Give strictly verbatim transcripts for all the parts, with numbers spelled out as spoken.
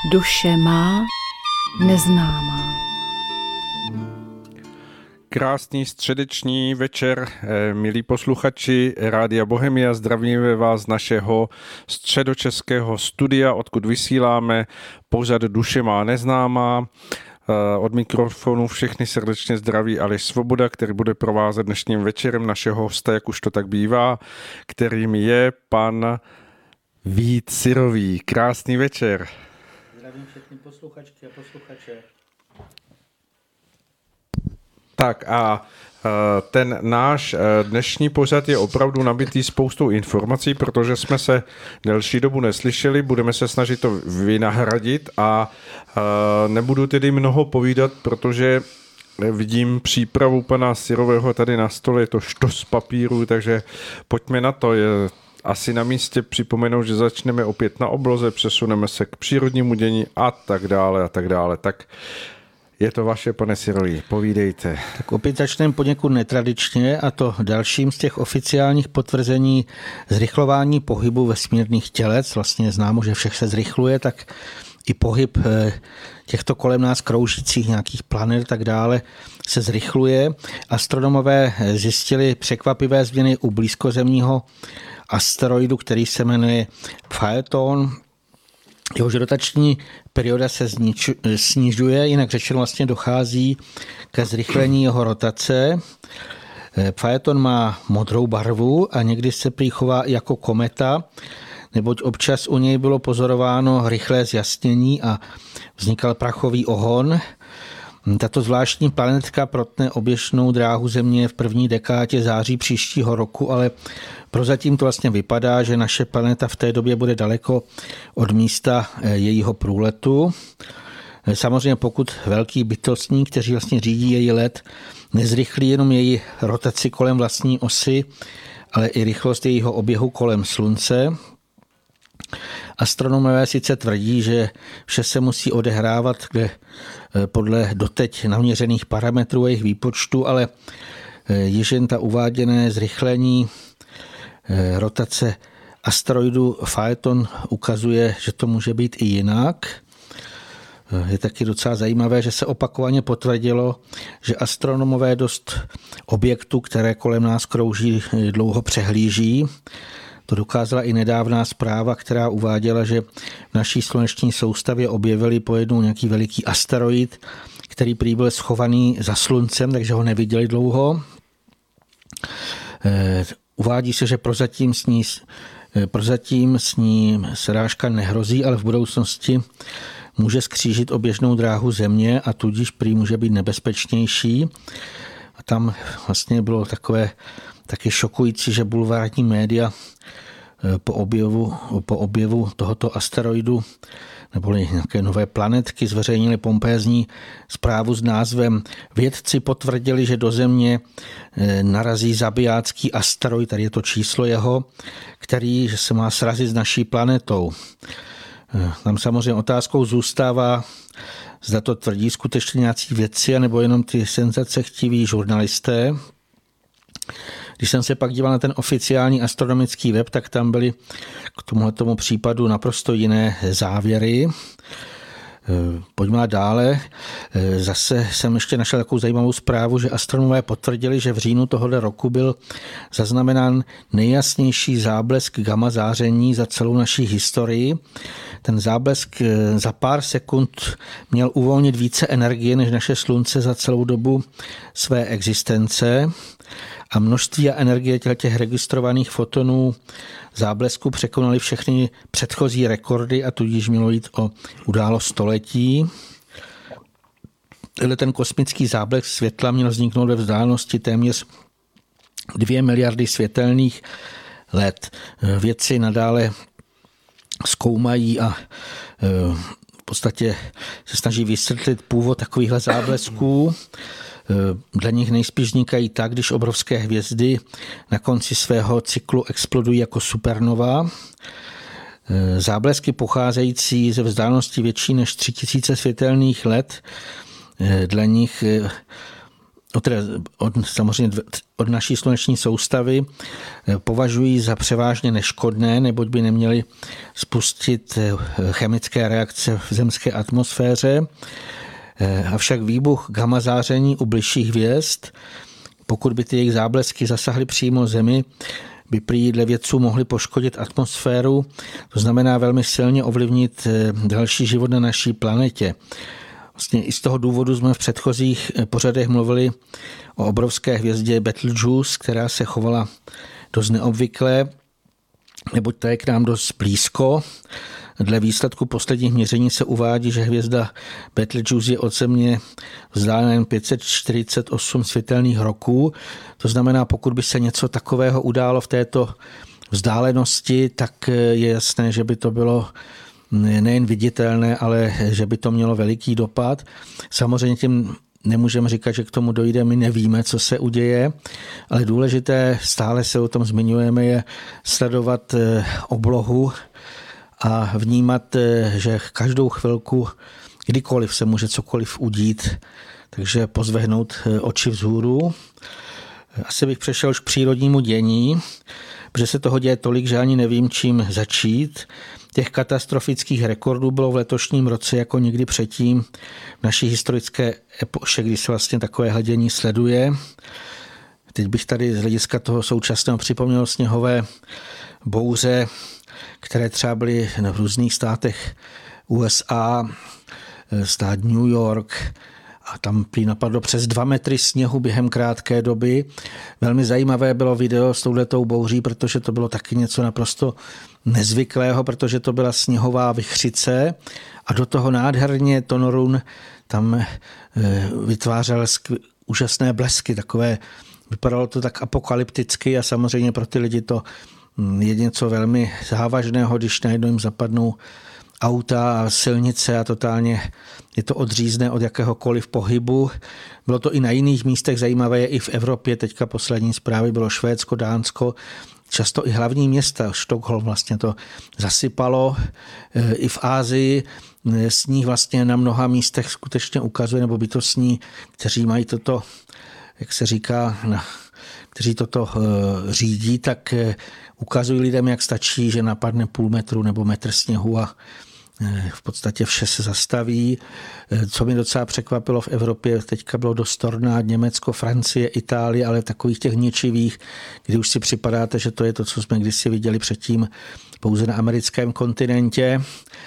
Duše má neznámá. Krásný středeční večer, milí posluchači Rádia Bohemia, zdravíme vás z našeho středočeského studia, odkud vysíláme pořad Duše má neznámá. Od mikrofonu všechny srdečně zdraví Aleš Svoboda, který bude provázet dnešním večerem našeho hosta, jak už to tak bývá, kterým je pan Vít Syrový. Krásný večer. Zdravím všechny posluchačky a posluchače. Tak a ten náš dnešní pořad je opravdu nabitý spoustou informací, protože jsme se delší dobu neslyšeli, budeme se snažit to vynahradit a nebudu tedy mnoho povídat, protože vidím přípravu pana Syrového tady na stole, je to štos papíru, takže pojďme na to. Je asi na místě připomenout, že začneme opět na obloze, přesuneme se k přírodnímu dění a tak dále a tak dále. Tak je to vaše, pane Syrový, povídejte. Tak opět začneme poněkud netradičně, a to dalším z těch oficiálních potvrzení zrychlování pohybu vesmírných tělec. Vlastně známo, že všech se zrychluje, tak i pohyb těchto kolem nás kroužících nějakých planet a tak dále se zrychluje. Astronomové zjistili překvapivé změny u blízkozemního asteroidu, který se jmenuje Phaeton. Jehož rotační perioda se znič, snižuje, jinak řečeno vlastně dochází ke zrychlení jeho rotace. Phaeton má modrou barvu a někdy se prý chová jako kometa, neboť občas u něj bylo pozorováno rychlé zjasnění a vznikal prachový ohon. Tato zvláštní planetka protne oběžnou dráhu Země v první dekádě září příštího roku, ale prozatím to vlastně vypadá, že naše planeta v té době bude daleko od místa jejího průletu. Samozřejmě pokud velký bytostní, kteří vlastně řídí její let, nezrychlí jenom její rotaci kolem vlastní osy, ale i rychlost jejího oběhu kolem Slunce. Astronomové sice tvrdí, že vše se musí odehrávat kde podle doteď naměřených parametrů jejich výpočtu, ale již jen ta uváděné zrychlení rotace asteroidu Phaeton ukazuje, že to může být i jinak. Je taky docela zajímavé, že se opakovaně potvrdilo, že astronomové dost objektů, které kolem nás krouží, dlouho přehlíží. To dokázala i nedávná zpráva, která uváděla, že v naší sluneční soustavě objevili pojednou nějaký veliký asteroid, který prý byl schovaný za Sluncem, takže ho neviděli dlouho. Uvádí se, že prozatím s ní, prozatím s ní srážka nehrozí, ale v budoucnosti může skřížit oběžnou dráhu Země a tudíž prý může být nebezpečnější. A tam vlastně bylo takové taky šokující, že bulvární média po objevu, po objevu tohoto asteroidu neboli nějaké nové planetky zveřejnili pompézní zprávu s názvem Vědci potvrdili, že do Země narazí zabijácký asteroid, tady je to číslo jeho, který že se má srazit s naší planetou. Tam samozřejmě otázkou zůstává, zda to tvrdí skutečně nějací vědci, anebo jenom ty senzacechtiví žurnalisté. Když jsem se pak díval na ten oficiální astronomický web, tak tam byly k tomuto případu naprosto jiné závěry. Pojďme dále. Zase jsem ještě našel takovou zajímavou zprávu, že astronomové potvrdili, že v říjnu tohoto roku byl zaznamenán nejjasnější záblesk gamma záření za celou naší historii. Ten záblesk za pár sekund měl uvolnit více energie než naše Slunce za celou dobu své existence. A množství a energie těch registrovaných fotonů záblesku překonaly všechny předchozí rekordy a tudíž mělo jít o událost století. Ten kosmický záblesk světla měl vzniknout ve vzdálenosti téměř dvě miliardy světelných let. Vědci nadále zkoumají a v podstatě se snaží vysvětlit původ takovýchhle záblesků. Dle nich nejspíš vznikají tak, když obrovské hvězdy na konci svého cyklu explodují jako supernova. Záblesky pocházející ze vzdálenosti větší než tři tisíce světelných let, dle nich od, od, samozřejmě od naší sluneční soustavy považují za převážně neškodné, neboť by neměly spustit chemické reakce v zemské atmosféře. Avšak výbuch gamma záření u bližších hvězd, pokud by ty jejich záblesky zasahly přímo Zemi, by prý dle vědců mohly poškodit atmosféru, to znamená velmi silně ovlivnit další život na naší planetě. Vlastně i z toho důvodu jsme v předchozích pořadech mluvili o obrovské hvězdě Betelgeuse, která se chovala dost neobvykle, neboť ta je k nám dost blízko. Dle výsledku posledních měření se uvádí, že hvězda Betelgeuse je od Země vzdálena jen pět set čtyřicet osm světelných roků. To znamená, pokud by se něco takového událo v této vzdálenosti, tak je jasné, že by to bylo nejen viditelné, ale že by to mělo veliký dopad. Samozřejmě tím nemůžeme říkat, že k tomu dojde, my nevíme, co se uděje, ale důležité, stále se o tom zmiňujeme, je sledovat oblohu a vnímat, že každou chvilku, kdykoliv se může cokoliv udít, takže pozvehnout oči vzhůru. Asi bych přešel už k přírodnímu dění, protože se toho děje tolik, že ani nevím, čím začít. Těch katastrofických rekordů bylo v letošním roce jako nikdy předtím v naší historické epoše, kdy se vlastně takové hladění sleduje. Teď bych tady z hlediska toho současného připomněl sněhové bouře, které třeba byly v různých státech U S A, stát New York, a tam prý napadlo přes dva metry sněhu během krátké doby. Velmi zajímavé bylo video s touhletou bouří, protože to bylo taky něco naprosto nezvyklého, protože to byla sněhová vichřice a do toho nádherně Tonorun tam vytvářel úžasné blesky, takové, vypadalo to tak apokalypticky a samozřejmě pro ty lidi to je něco velmi závažného, když najednou jim zapadnou auta a silnice a totálně je to odřízne od jakéhokoliv pohybu. Bylo to i na jiných místech, zajímavé je i v Evropě, teďka poslední zprávy bylo Švédsko, Dánsko, často i hlavní města, Stockholm vlastně to zasypalo, i v Ázii sníh vlastně na mnoha místech skutečně ukazuje, nebo bytostní, kteří mají toto, jak se říká, na kteří toto řídí, tak ukazují lidem, jak stačí, že napadne půl metru nebo metr sněhu a v podstatě vše se zastaví. Co mě docela překvapilo v Evropě, teďka bylo dost tornád, Německo, Francie, Itálie, ale takových těch ničivých, kdy už si připadáte, že to je to, co jsme kdysi viděli předtím pouze na americkém kontinentě.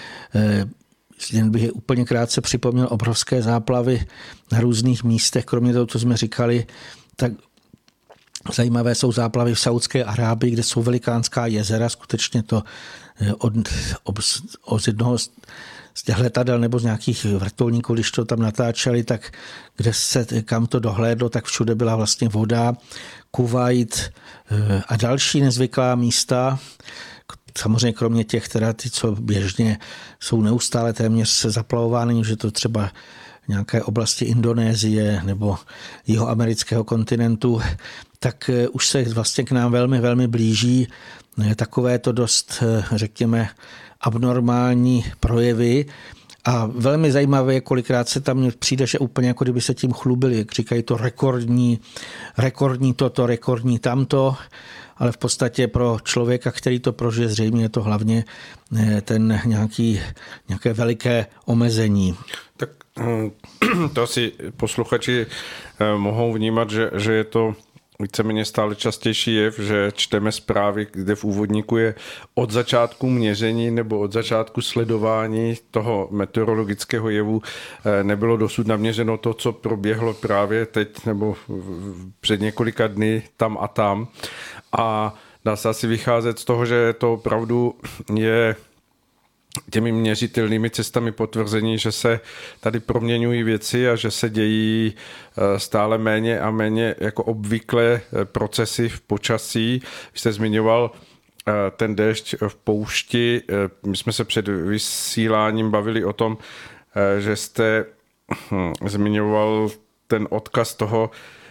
Jen bych je úplně krátce připomněl obrovské záplavy na různých místech, kromě toho, co jsme říkali, tak zajímavé jsou záplavy v Saudské Arábii, kde jsou velikánská jezera, skutečně to od, od, od jednoho z těch letadel nebo z nějakých vrtulníků, když to tam natáčeli, tak kde se, kam to dohlédlo, tak všude byla vlastně voda, Kuvajt a další nezvyklá místa, samozřejmě kromě těch, teda ty, co běžně jsou neustále téměř zaplavovány, že to třeba nějaké oblasti Indonésie nebo jihoamerického kontinentu, tak už se vlastně k nám velmi, velmi blíží takové to dost, řekněme, abnormální projevy. A velmi zajímavé je, kolikrát se tam přijde, že úplně jako kdyby se tím chlubili, jak říkají to rekordní, rekordní toto, rekordní tamto, ale v podstatě pro člověka, který to prožije, zřejmě je to hlavně ten nějaký, nějaké veliké omezení. Tak to asi posluchači mohou vnímat, že, že je to víceméně stále častější jev, že čteme zprávy, kde v úvodníku je od začátku měření nebo od začátku sledování toho meteorologického jevu nebylo dosud naměřeno to, co proběhlo právě teď nebo před několika dny tam a tam. A dá se asi vycházet z toho, že to opravdu je těmi měřitelnými cestami potvrzení, že se tady proměňují věci a že se dějí stále méně a méně jako obvyklé procesy v počasí. Vy jste zmiňoval ten déšť v poušti. My jsme se před vysíláním bavili o tom, že jste zmiňoval ten odkaz toho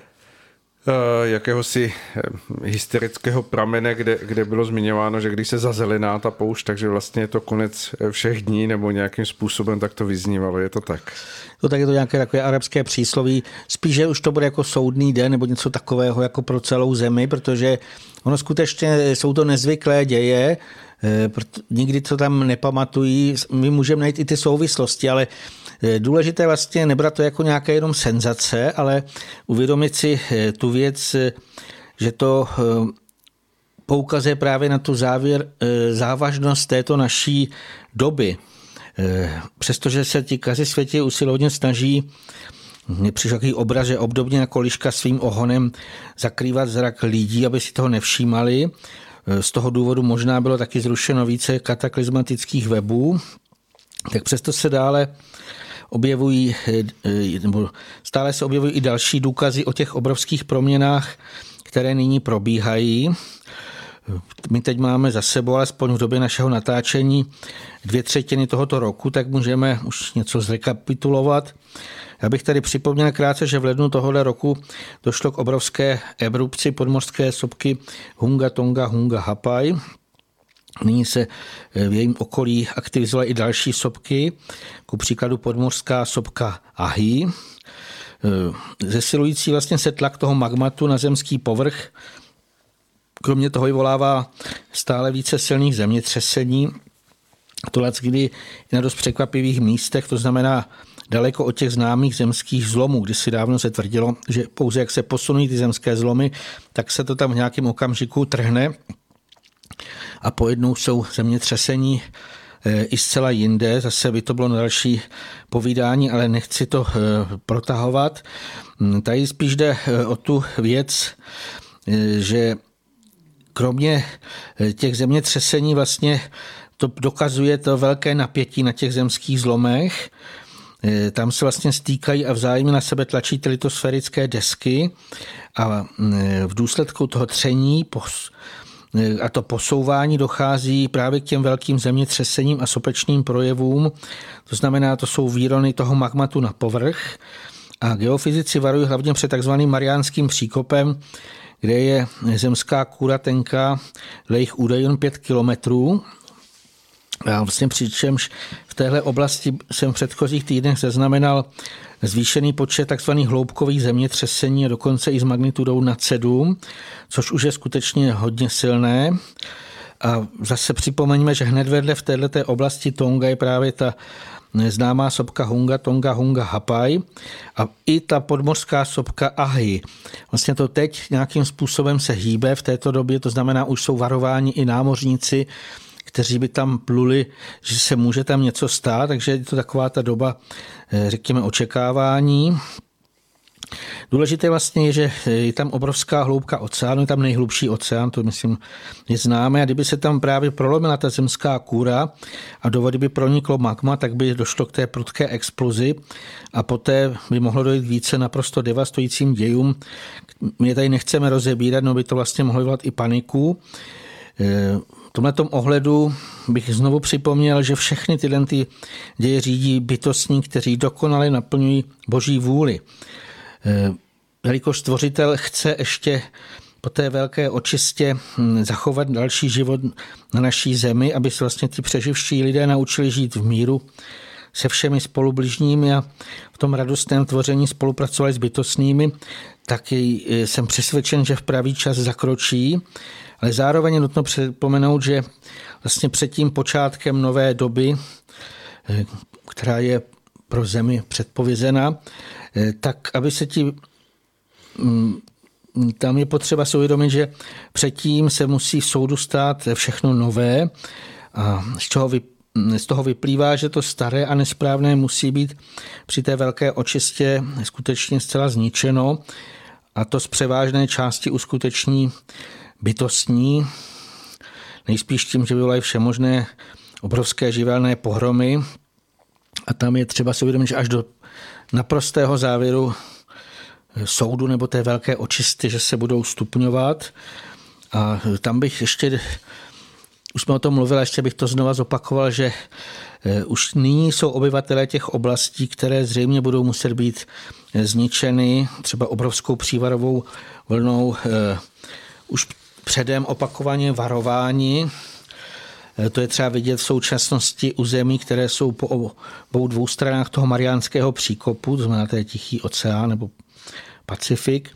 jakéhosi hysterického pramene, kde, kde bylo zmiňováno, že když se zazelená ta poušť, takže vlastně je to konec všech dní nebo nějakým způsobem tak to vyznívalo. Je to tak? To tak je to nějaké takové arabské přísloví. Spíš, že už to bude jako soudný den nebo něco takového jako pro celou zemi, protože ono skutečně jsou to nezvyklé děje, nikdy to tam nepamatují. My můžeme najít i ty souvislosti, ale důležité vlastně nebrat to jako nějaké jenom senzace, ale uvědomit si tu věc, že to poukazuje právě na tu závěr, závažnost této naší doby. Přestože se ti kazy světě usilovně snaží, mně přišel takový obraz, že obdobně jako liška svým ohonem zakrývat zrak lidí, aby si toho nevšímali. Z toho důvodu možná bylo taky zrušeno více kataklizmatických webů. Tak přesto se dále objevují, nebo stále se objevují i další důkazy o těch obrovských proměnách, které nyní probíhají. My teď máme za sebou, alespoň v době našeho natáčení, dvě třetiny tohoto roku, tak můžeme už něco zrekapitulovat. Já bych tady připomněl krátce, že v lednu tohoto roku došlo k obrovské erupci podmořské sopky Hunga Tonga Hunga Hapai. Nyní se v jejím okolí aktivizovaly i další sopky, ku příkladu podmořská sopka Ahi. Zesilující vlastně se tlak toho magmatu na zemský povrch, kromě toho vyvolává stále více silných zemětřesení. To leckdy i na dost překvapivých místech, to znamená daleko od těch známých zemských zlomů, kdy si dávno se tvrdilo, že pouze jak se posunují ty zemské zlomy, tak se to tam v nějakém okamžiku trhne a pojednou jsou zemětřesení i zcela jinde. Zase by to bylo na další povídání, ale nechci to protahovat. Tady spíš jde o tu věc, že kromě těch zemětřesení vlastně to dokazuje to velké napětí na těch zemských zlomech. Tam se vlastně stýkají a vzájemně na sebe tlačí ty litosférické desky a v důsledku toho tření a to posouvání dochází právě k těm velkým zemětřesením a sopečným projevům. To znamená, to jsou výrony toho magmatu na povrch. A geofyzici varují hlavně před takzvaným Mariánským příkopem, kde je zemská kůra tenká dle jejich údajů pět kilometrů. A vlastně přičemž v téhle oblasti jsem v předchozích týdnech zaznamenal zvýšený počet takzvaných hloubkových zemětřesení a dokonce i s magnitudou nad sedm, což už je skutečně hodně silné. A zase připomeňme, že hned vedle v této oblasti Tonga je právě ta známá sopka Hunga Tonga Hunga Hapai a i ta podmořská sopka Ahi. Vlastně to teď nějakým způsobem se hýbe v této době, to znamená, už jsou varováni i námořníci, kteří by tam pluli, že se může tam něco stát, takže je to taková ta doba, řekněme, očekávání. Důležité vlastně je, že je tam obrovská hloubka oceánu, je tam nejhlubší oceán, to myslím je známé, a kdyby se tam právě prolomila ta zemská kůra a do vody by proniklo magma, tak by došlo k té prudké explozi a poté by mohlo dojít více naprosto devastujícím dějům. My je tady nechceme rozebírat, no by to vlastně mohlo vyvolat i paniku. V tomhletom ohledu bych znovu připomněl, že všechny tyhle ty děje řídí bytostní, kteří dokonale naplňují Boží vůli. Jelikož Stvořitel chce ještě po té velké očistě zachovat další život na naší zemi, aby se vlastně ty přeživší lidé naučili žít v míru se všemi spolubližními a v tom radostném tvoření spolupracovali s bytostnými, tak jsem přesvědčen, že v pravý čas zakročí, ale zároveň je nutno připomenout, že vlastně před tím počátkem nové doby, která je pro zemi předpovězena, tak aby se ti tam je potřeba si uvědomit, že předtím se musí v soudu stát všechno nové a z čeho vy, z toho vyplývá, že to staré a nesprávné musí být při té velké očistě skutečně zcela zničeno a to z převážné části uskuteční bytostní, nejspíš tím, že vyvolají všemožné obrovské živelné pohromy a tam je třeba si uvědomit, že až do naprostého závěru soudu nebo té velké očisty, že se budou stupňovat. A tam bych ještě, už jsme o tom mluvili, ještě bych to znova zopakoval, že už nyní jsou obyvatelé těch oblastí, které zřejmě budou muset být zničeny třeba obrovskou přívarovou vlnou, už předem opakovaně varování. To je třeba vidět v současnosti u zemí, které jsou po obou dvou stranách toho Mariánského příkopu, to znamená, to je Tichý oceán nebo Pacifik.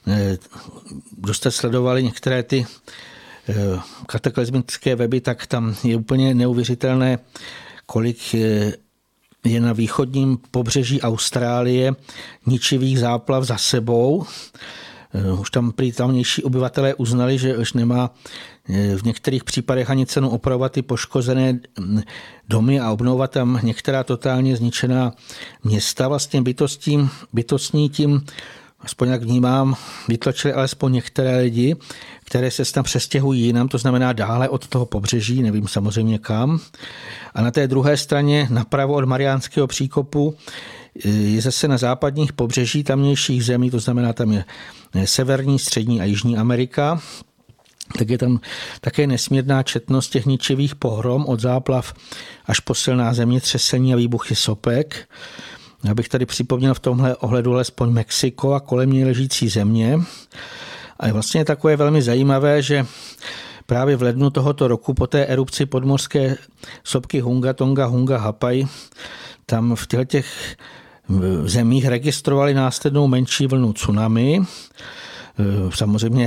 Kdo jste sledovali některé ty kataklizmické weby, tak tam je úplně neuvěřitelné, kolik je na východním pobřeží Austrálie ničivých záplav za sebou. Už tam prý tamnější obyvatelé uznali, že už nemá v některých případech ani cenu opravovat ty poškozené domy a obnovovat tam některá totálně zničená města. Vlastně bytostím, bytostní tím, aspoň jak vnímám, vytlačili alespoň některé lidi, které se tam přestěhují jinam, to znamená dále od toho pobřeží, nevím samozřejmě kam. A na té druhé straně, napravo od Mariánského příkopu, je zase na západních pobřeží tamnějších zemí, to znamená, tam je severní, střední a jižní Amerika. Tak je tam také nesmírná četnost těch ničivých pohrom od záplav až po silná zemětřesení a výbuchy sopek. Já bych tady připomněl v tomhle ohledu alespoň Mexiko a kolem něj ležící země. A je vlastně takové velmi zajímavé, že právě v lednu tohoto roku po té erupci podmořské sopky Hunga, Tonga, Hunga, Hapai, tam v těch zemích registrovali následnou menší vlnu tsunami. Samozřejmě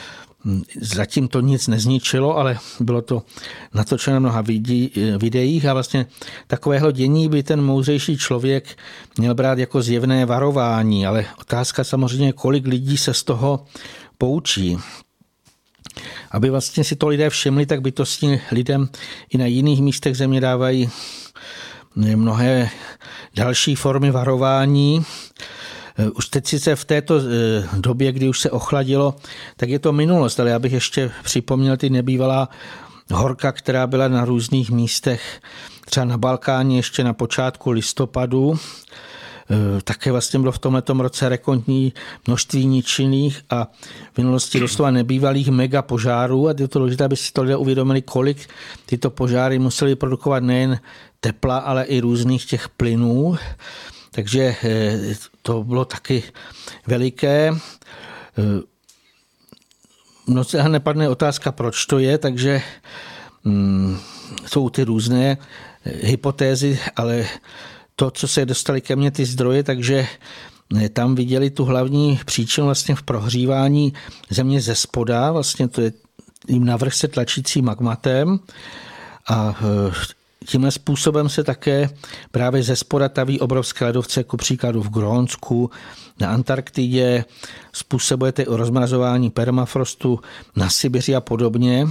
zatím to nic nezničilo, ale bylo to natočeno na mnoha videích a vlastně takového dění by ten moudřejší člověk měl brát jako zjevné varování, ale otázka samozřejmě, kolik lidí se z toho poučí. Aby vlastně si to lidé všimli, tak bytostně lidem i na jiných místech země dávají mnohé další formy varování. Už teď sice v této době, kdy už se ochladilo, tak je to minulost, ale já bych ještě připomněl ty nebývalá horka, která byla na různých místech, třeba na Balkáně ještě na počátku listopadu. Také vlastně bylo v tomhletom roce rekordní množství ničených a v minulosti doslova nebývalých mega požárů a je to důležité, aby si to lidé uvědomili, kolik tyto požáry museli produkovat nejen tepla, ale i různých těch plynů. Takže to bylo taky veliké. Moc se nepadne otázka, proč to je, takže hm, jsou ty různé hypotézy, ale to, co se dostali ke mně ty zdroje, takže tam viděli tu hlavní příčinu vlastně v prohřívání země ze spoda, vlastně to je jim navrch se tlačící magmatem a tímhle způsobem se také právě ze spoda taví obrovské ledovce, ku příkladu v Grónsku, na Antarktidě, způsobuje to rozmrazování permafrostu na Sibiři a podobně.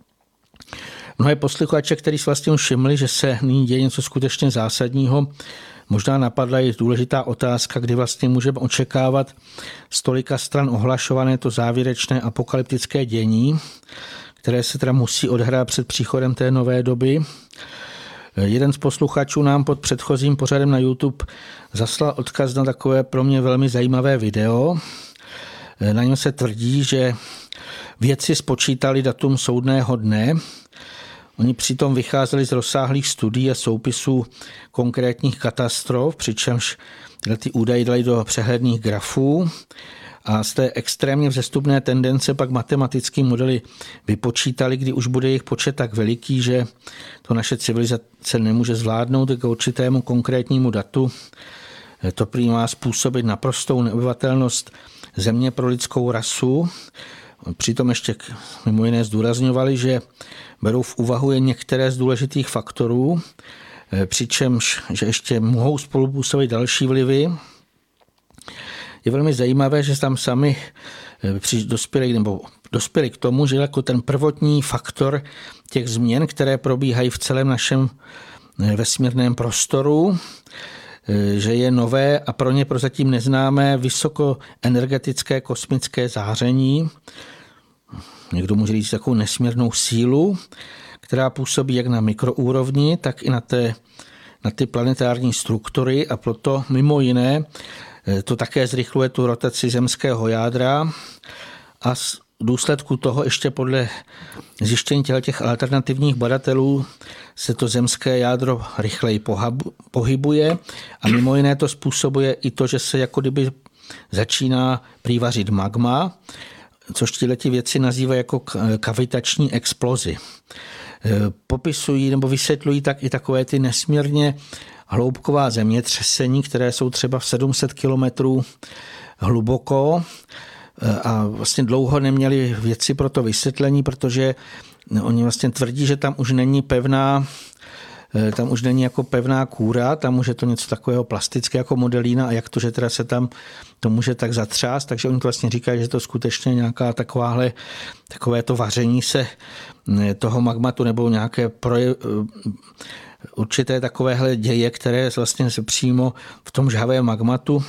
Mnohé posluchače, kteří si vlastně všimli, že se nyní děje něco skutečně zásadního, možná napadla i důležitá otázka, kdy vlastně můžeme očekávat z tolika stran ohlašované to závěrečné apokalyptické dění, které se teda musí odehrát před příchodem té nové doby. Jeden z posluchačů nám pod předchozím pořadem na YouTube zaslal odkaz na takové pro mě velmi zajímavé video. Na něm se tvrdí, že vědci spočítali datum soudného dne. Oni přitom vycházeli z rozsáhlých studií a soupisů konkrétních katastrof, přičemž ty údaje dali do přehledných grafů. A z té extrémně vzestupné tendence pak matematické modely vypočítali, kdy už bude jejich počet tak veliký, že to naše civilizace nemůže zvládnout k určitému konkrétnímu datu. To prý má způsobit naprostou neobyvatelnost země pro lidskou rasu. Přitom ještě mimo jiné zdůrazňovali, že berou v úvahu jen některé z důležitých faktorů, přičemž že ještě mohou spolupůsobit další vlivy. Je velmi zajímavé, že tam sami dospěli, nebo dospěli k tomu, že jako ten prvotní faktor těch změn, které probíhají v celém našem vesmírném prostoru, že je nové a pro ně prozatím neznámé vysokoenergetické kosmické záření. Někdo může říct takovou nesmírnou sílu, která působí jak na mikroúrovni, tak i na, té, na ty planetární struktury a proto mimo jiné to také zrychluje tu rotaci zemského jádra a z důsledku toho ještě podle zjištění těch alternativních badatelů se to zemské jádro rychleji pohybuje a mimo jiné to způsobuje i to, že se jako kdyby začíná přívařit magma, což tyhleti věci nazývají jako kavitační explozi. Popisují nebo vysvětlují tak i takové ty nesmírně hloubková zemětřesení, které jsou třeba v sedm set kilometrů hluboko a vlastně dlouho neměli věci pro to vysvětlení, protože oni vlastně tvrdí, že tam už není pevná tam už není jako pevná kůra, tam už je to něco takového plastické jako modelína a jak to, že teda se tam to může tak zatřást, takže oni to vlastně říkají, že to skutečně nějaká takováhle, takové to vaření se toho magmatu nebo nějaké proje, určité takovéhle děje, které vlastně se přímo v tom žhavém magmatu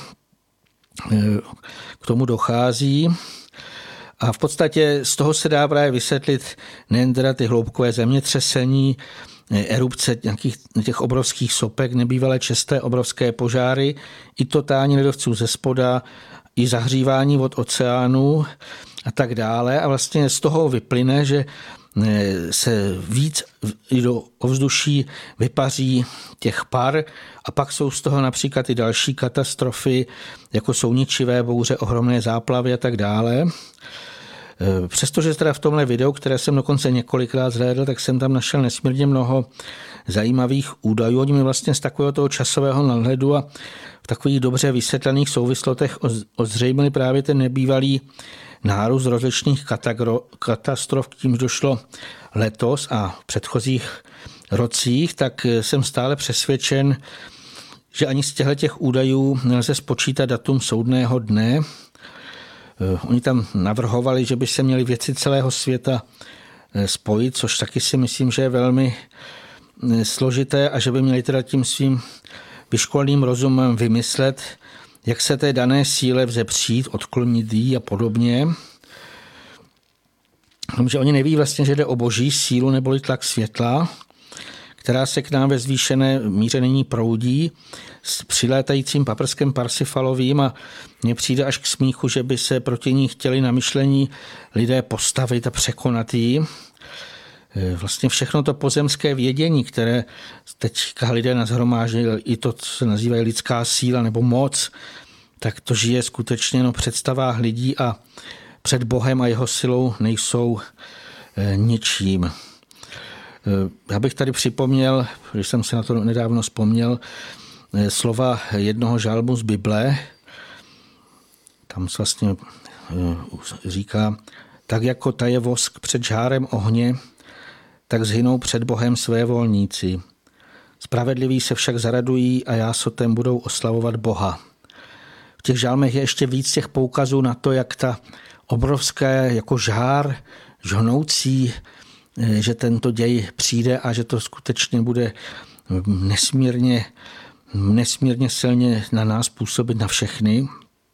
k tomu dochází. A v podstatě z toho se dá právě vysvětlit nejen teda ty hloubkové zemětřesení, erupce nějakých těch obrovských sopek, nebývalé časté obrovské požáry, i totální ledovců ze spoda, i zahřívání od oceánu a tak dále. A vlastně z toho vyplyne, že se víc i do ovzduší vypaří těch par a pak jsou z toho například i další katastrofy, jako jsou ničivé bouře, ohromné záplavy a tak dále. Přestože teda v tomhle videu, které jsem dokonce několikrát zhlédl, tak jsem tam našel nesmírně mnoho zajímavých údajů. Oni mi vlastně z takového toho časového nadhledu a v takových dobře vysvětlených souvislostech ozřejmili právě ten nebývalý nárůst rozličných katastrof, k tímž došlo letos a v předchozích rocích, tak jsem stále přesvědčen, že ani z těchto údajů nelze spočítat datum soudného dne. Oni tam navrhovali, že by se měly věci celého světa spojit, což taky si myslím, že je velmi složité a že by měli teda tím svým vyškoleným rozumem vymyslet, jak se té dané síle vzepřít, odklonit jí a podobně. Protože oni neví vlastně, že jde o boží sílu neboli tlak světla, která se k nám ve zvýšené míře nyní proudí s přilétajícím paprskem Parsifalovým a mně přijde až k smíchu, že by se proti ní chtěli na myšlení lidé postavit a překonat jí. Vlastně všechno to pozemské vědění, které teďka lidé nashromáždili, i to, co se nazývá lidská síla nebo moc, tak to žije skutečně no, v představách lidí a před Bohem a jeho silou nejsou e, ničím. E, já bych tady připomněl, když jsem se na to nedávno vzpomněl, e, slova jednoho žalmu z Bible. Tam se vlastně e, říká, tak jako taje vosk před žárem ohně, tak zhynou před Bohem své volníci. Spravedliví se však zaradují a jásotem budou oslavovat Boha. V těch žalmech je ještě víc těch poukazů na to, jak ta obrovské jako žár žhnoucí, že tento děj přijde a že to skutečně bude nesmírně, nesmírně silně na nás působit na všechny.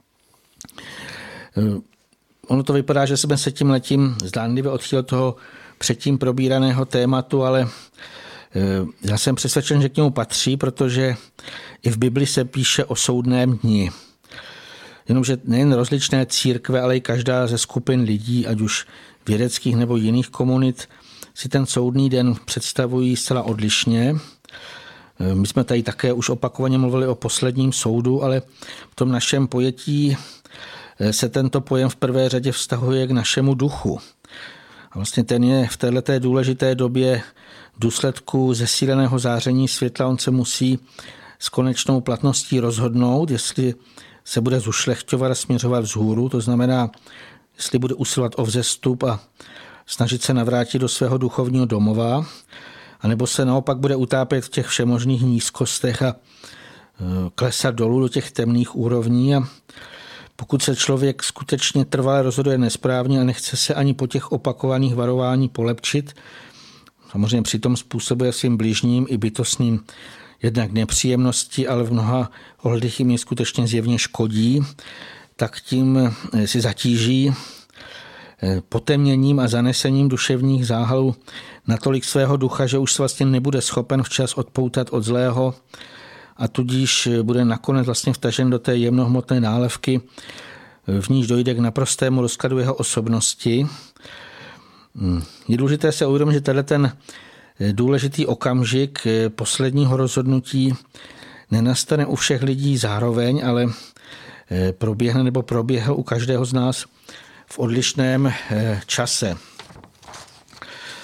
Ono to vypadá, že jsme se tím letím zdánlivě odchýlili toho předtím probíraného tématu, ale já jsem přesvědčen, že k němu patří, protože i v Bibli se píše o soudném dni. Jenomže nejen rozličné církve, ale i každá ze skupin lidí, ať už vědeckých nebo jiných komunit, si ten soudný den představují zcela odlišně. My jsme tady také už opakovaně mluvili o posledním soudu, ale v tom našem pojetí se tento pojem v prvé řadě vztahuje k našemu duchu. A vlastně ten je v této důležité době v důsledku zesíleného záření světla, on se musí s konečnou platností rozhodnout, jestli se bude zušlechťovat a směřovat vzhůru, to znamená, jestli bude usilovat o vzestup a snažit se navrátit do svého duchovního domova, anebo se naopak bude utápět v těch všemožných nízkostech a klesat dolů do těch temných úrovní. A pokud se člověk skutečně trvale rozhoduje nesprávně a nechce se ani po těch opakovaných varování polepšit, samozřejmě přitom způsobuje svým bližním i bytostným jednak nepříjemnosti, ale v mnoha ohledech jim je skutečně zjevně škodí, tak tím si zatíží potemněním a zanesením duševních záhalů natolik svého ducha, že už se vlastně nebude schopen včas odpoutat od zlého a tudíž bude nakonec vlastně vtažen do té jemnohmotné nálevky, v níž dojde k naprostému rozkladu jeho osobnosti. Je důležité se uvědomit, že tenhle ten důležitý okamžik posledního rozhodnutí nenastane u všech lidí zároveň, ale proběhne nebo proběhl u každého z nás v odlišném čase.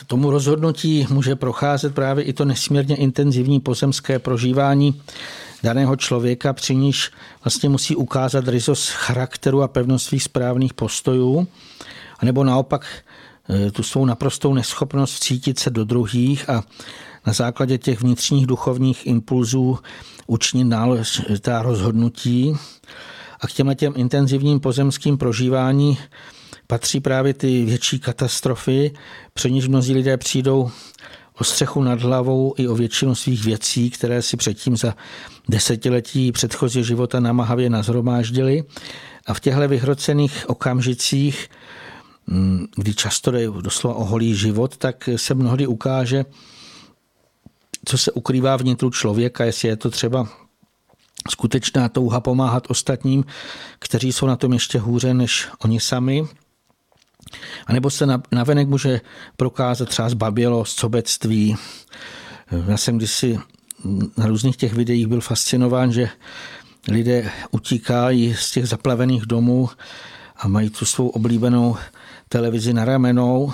tomu rozhodnutí může procházet právě i to nesmírně intenzivní pozemské prožívání daného člověka, při níž vlastně musí ukázat ryzost charakteru a pevnost svých správných postojů, anebo naopak tu svou naprostou neschopnost vcítit se do druhých a na základě těch vnitřních duchovních impulzů učinit náležitá rozhodnutí. A k těmhle těm intenzivním pozemským prožívání patří právě ty větší katastrofy, při níž mnozí lidé přijdou o střechu nad hlavou i o většinu svých věcí, které si předtím za desetiletí předchozího života namáhavě nazhromáždili. A v těchto vyhrocených okamžicích, kdy často jde doslova o holý život, tak se mnohdy ukáže, co se ukrývá vnitru člověka, jestli je to třeba skutečná touha pomáhat ostatním, kteří jsou na tom ještě hůře než oni sami. A nebo se navenek může prokázat třeba zbabělost, sobectví. Já jsem kdysi na různých těch videích byl fascinován, že lidé utíkají z těch zaplavených domů a mají tu svou oblíbenou televizi na ramenou.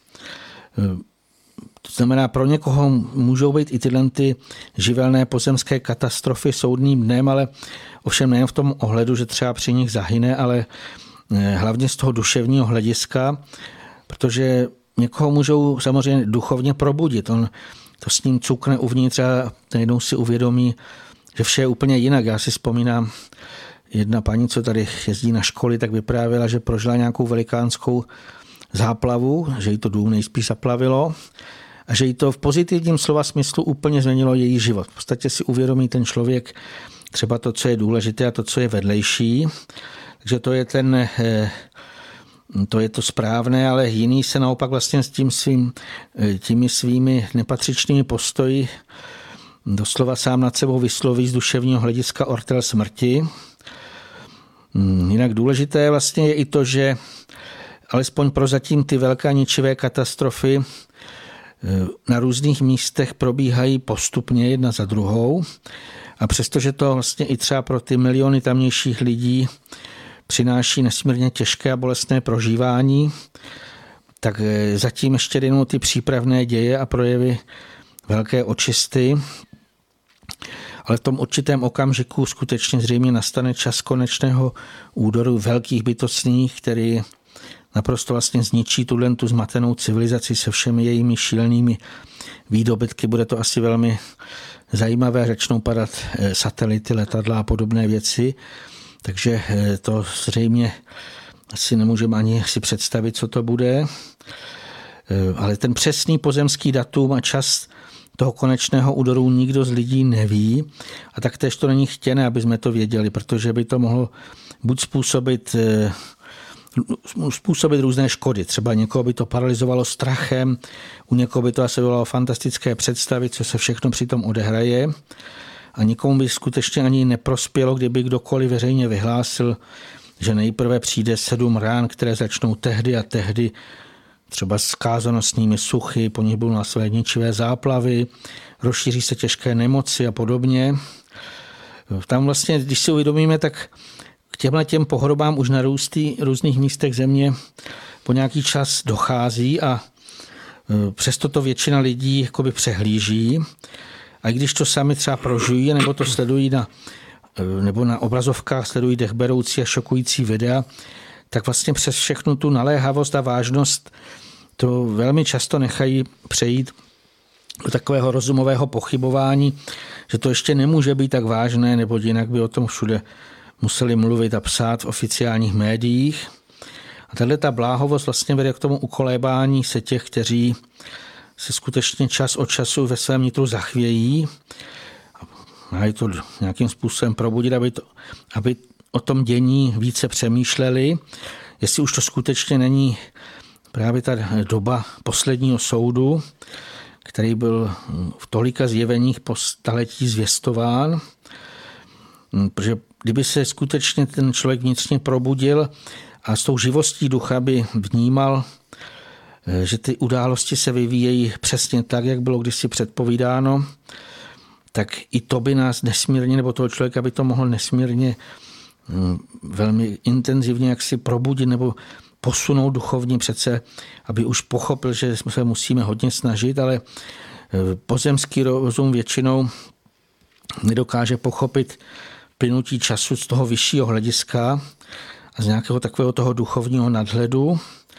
To znamená, pro někoho můžou být i tyhle ty živelné pozemské katastrofy soudným dnem, ale ovšem nejen v tom ohledu, že třeba při nich zahyne, ale hlavně z toho duševního hlediska, protože někoho můžou samozřejmě duchovně probudit. On to s ním cukne uvnitř a najednou si uvědomí, že vše je úplně jinak. Já si vzpomínám, jedna paní, co tady jezdí na školy, tak vyprávěla, že prožila nějakou velikánskou záplavu, že jí to dům nejspíš zaplavilo a že jí to v pozitivním slova smyslu úplně změnilo její život. V podstatě si uvědomí ten člověk třeba to, co je důležité a to, co je vedlejší. Takže to je ten, to je to správné, ale jiný se naopak vlastně s tím svým, těmi svými nepatřičnými postoji doslova sám nad sebou vysloví z duševního hlediska ortel smrti. Jinak důležité vlastně je i to, že alespoň prozatím ty velké ničivé katastrofy na různých místech probíhají postupně jedna za druhou. A přestože to vlastně i třeba pro ty miliony tamnějších lidí přináší nesmírně těžké a bolestné prožívání, tak zatím ještě jdou ty přípravné děje a projevy velké očisty. Ale v tom určitém okamžiku skutečně zřejmě nastane čas konečného údoru velkých bytostných, který naprosto vlastně zničí tuhle tu zmatenou civilizaci se všemi jejími šílenými výdobytky. Bude to asi velmi zajímavé, začnou padat satelity, letadla a podobné věci. Takže to zřejmě asi nemůžeme ani si představit, co to bude. Ale ten přesný pozemský datum a čas toho konečného údoru nikdo z lidí neví. A taktéž to není chtěné, aby jsme to věděli, protože by to mohlo buď způsobit, způsobit různé škody. Třeba někoho by to paralyzovalo strachem, u někoho by to asi bylo fantastické představy, co se všechno přitom odehraje. A nikomu by skutečně ani neprospělo, kdyby kdokoliv veřejně vyhlásil, že nejprve přijde sedm rán, které začnou tehdy a tehdy, třeba skázanostními suchy, po nich budou následovat ničivé záplavy, rozšíří se těžké nemoci a podobně. Tam vlastně, když si uvědomíme, tak k těmhle těm pohrobám už na růstý, různých místech země po nějaký čas dochází a přesto to většina lidí jakoby přehlíží. A když to sami třeba prožují, nebo to sledují na, nebo na obrazovkách sledují dechberoucí a šokující videa, tak vlastně přes všechnu tu naléhavost a vážnost to velmi často nechají přejít do takového rozumového pochybování, že to ještě nemůže být tak vážné, nebo jinak by o tom všude museli mluvit a psát v oficiálních médiích. A tahle ta bláhovost vlastně vede k tomu ukolébání se těch, kteří se skutečně čas od času ve svém nitru zachvějí a mají to nějakým způsobem probudit, aby, to, aby o tom dění více přemýšleli, jestli už to skutečně není právě ta doba posledního soudu, který byl v tolika zjeveních po staletí zvěstován, protože kdyby se skutečně ten člověk vnitřně probudil a s tou živostí ducha by vnímal, že ty události se vyvíjejí přesně tak, jak bylo kdysi předpovídáno, tak i to by nás nesmírně, nebo toho člověka by to mohlo nesmírně velmi intenzivně jaksi probudit nebo posunout duchovní přece, aby už pochopil, že se musíme hodně snažit, ale pozemský rozum většinou nedokáže pochopit plynutí času z toho vyššího hlediska a z nějakého takového toho duchovního nadhledu.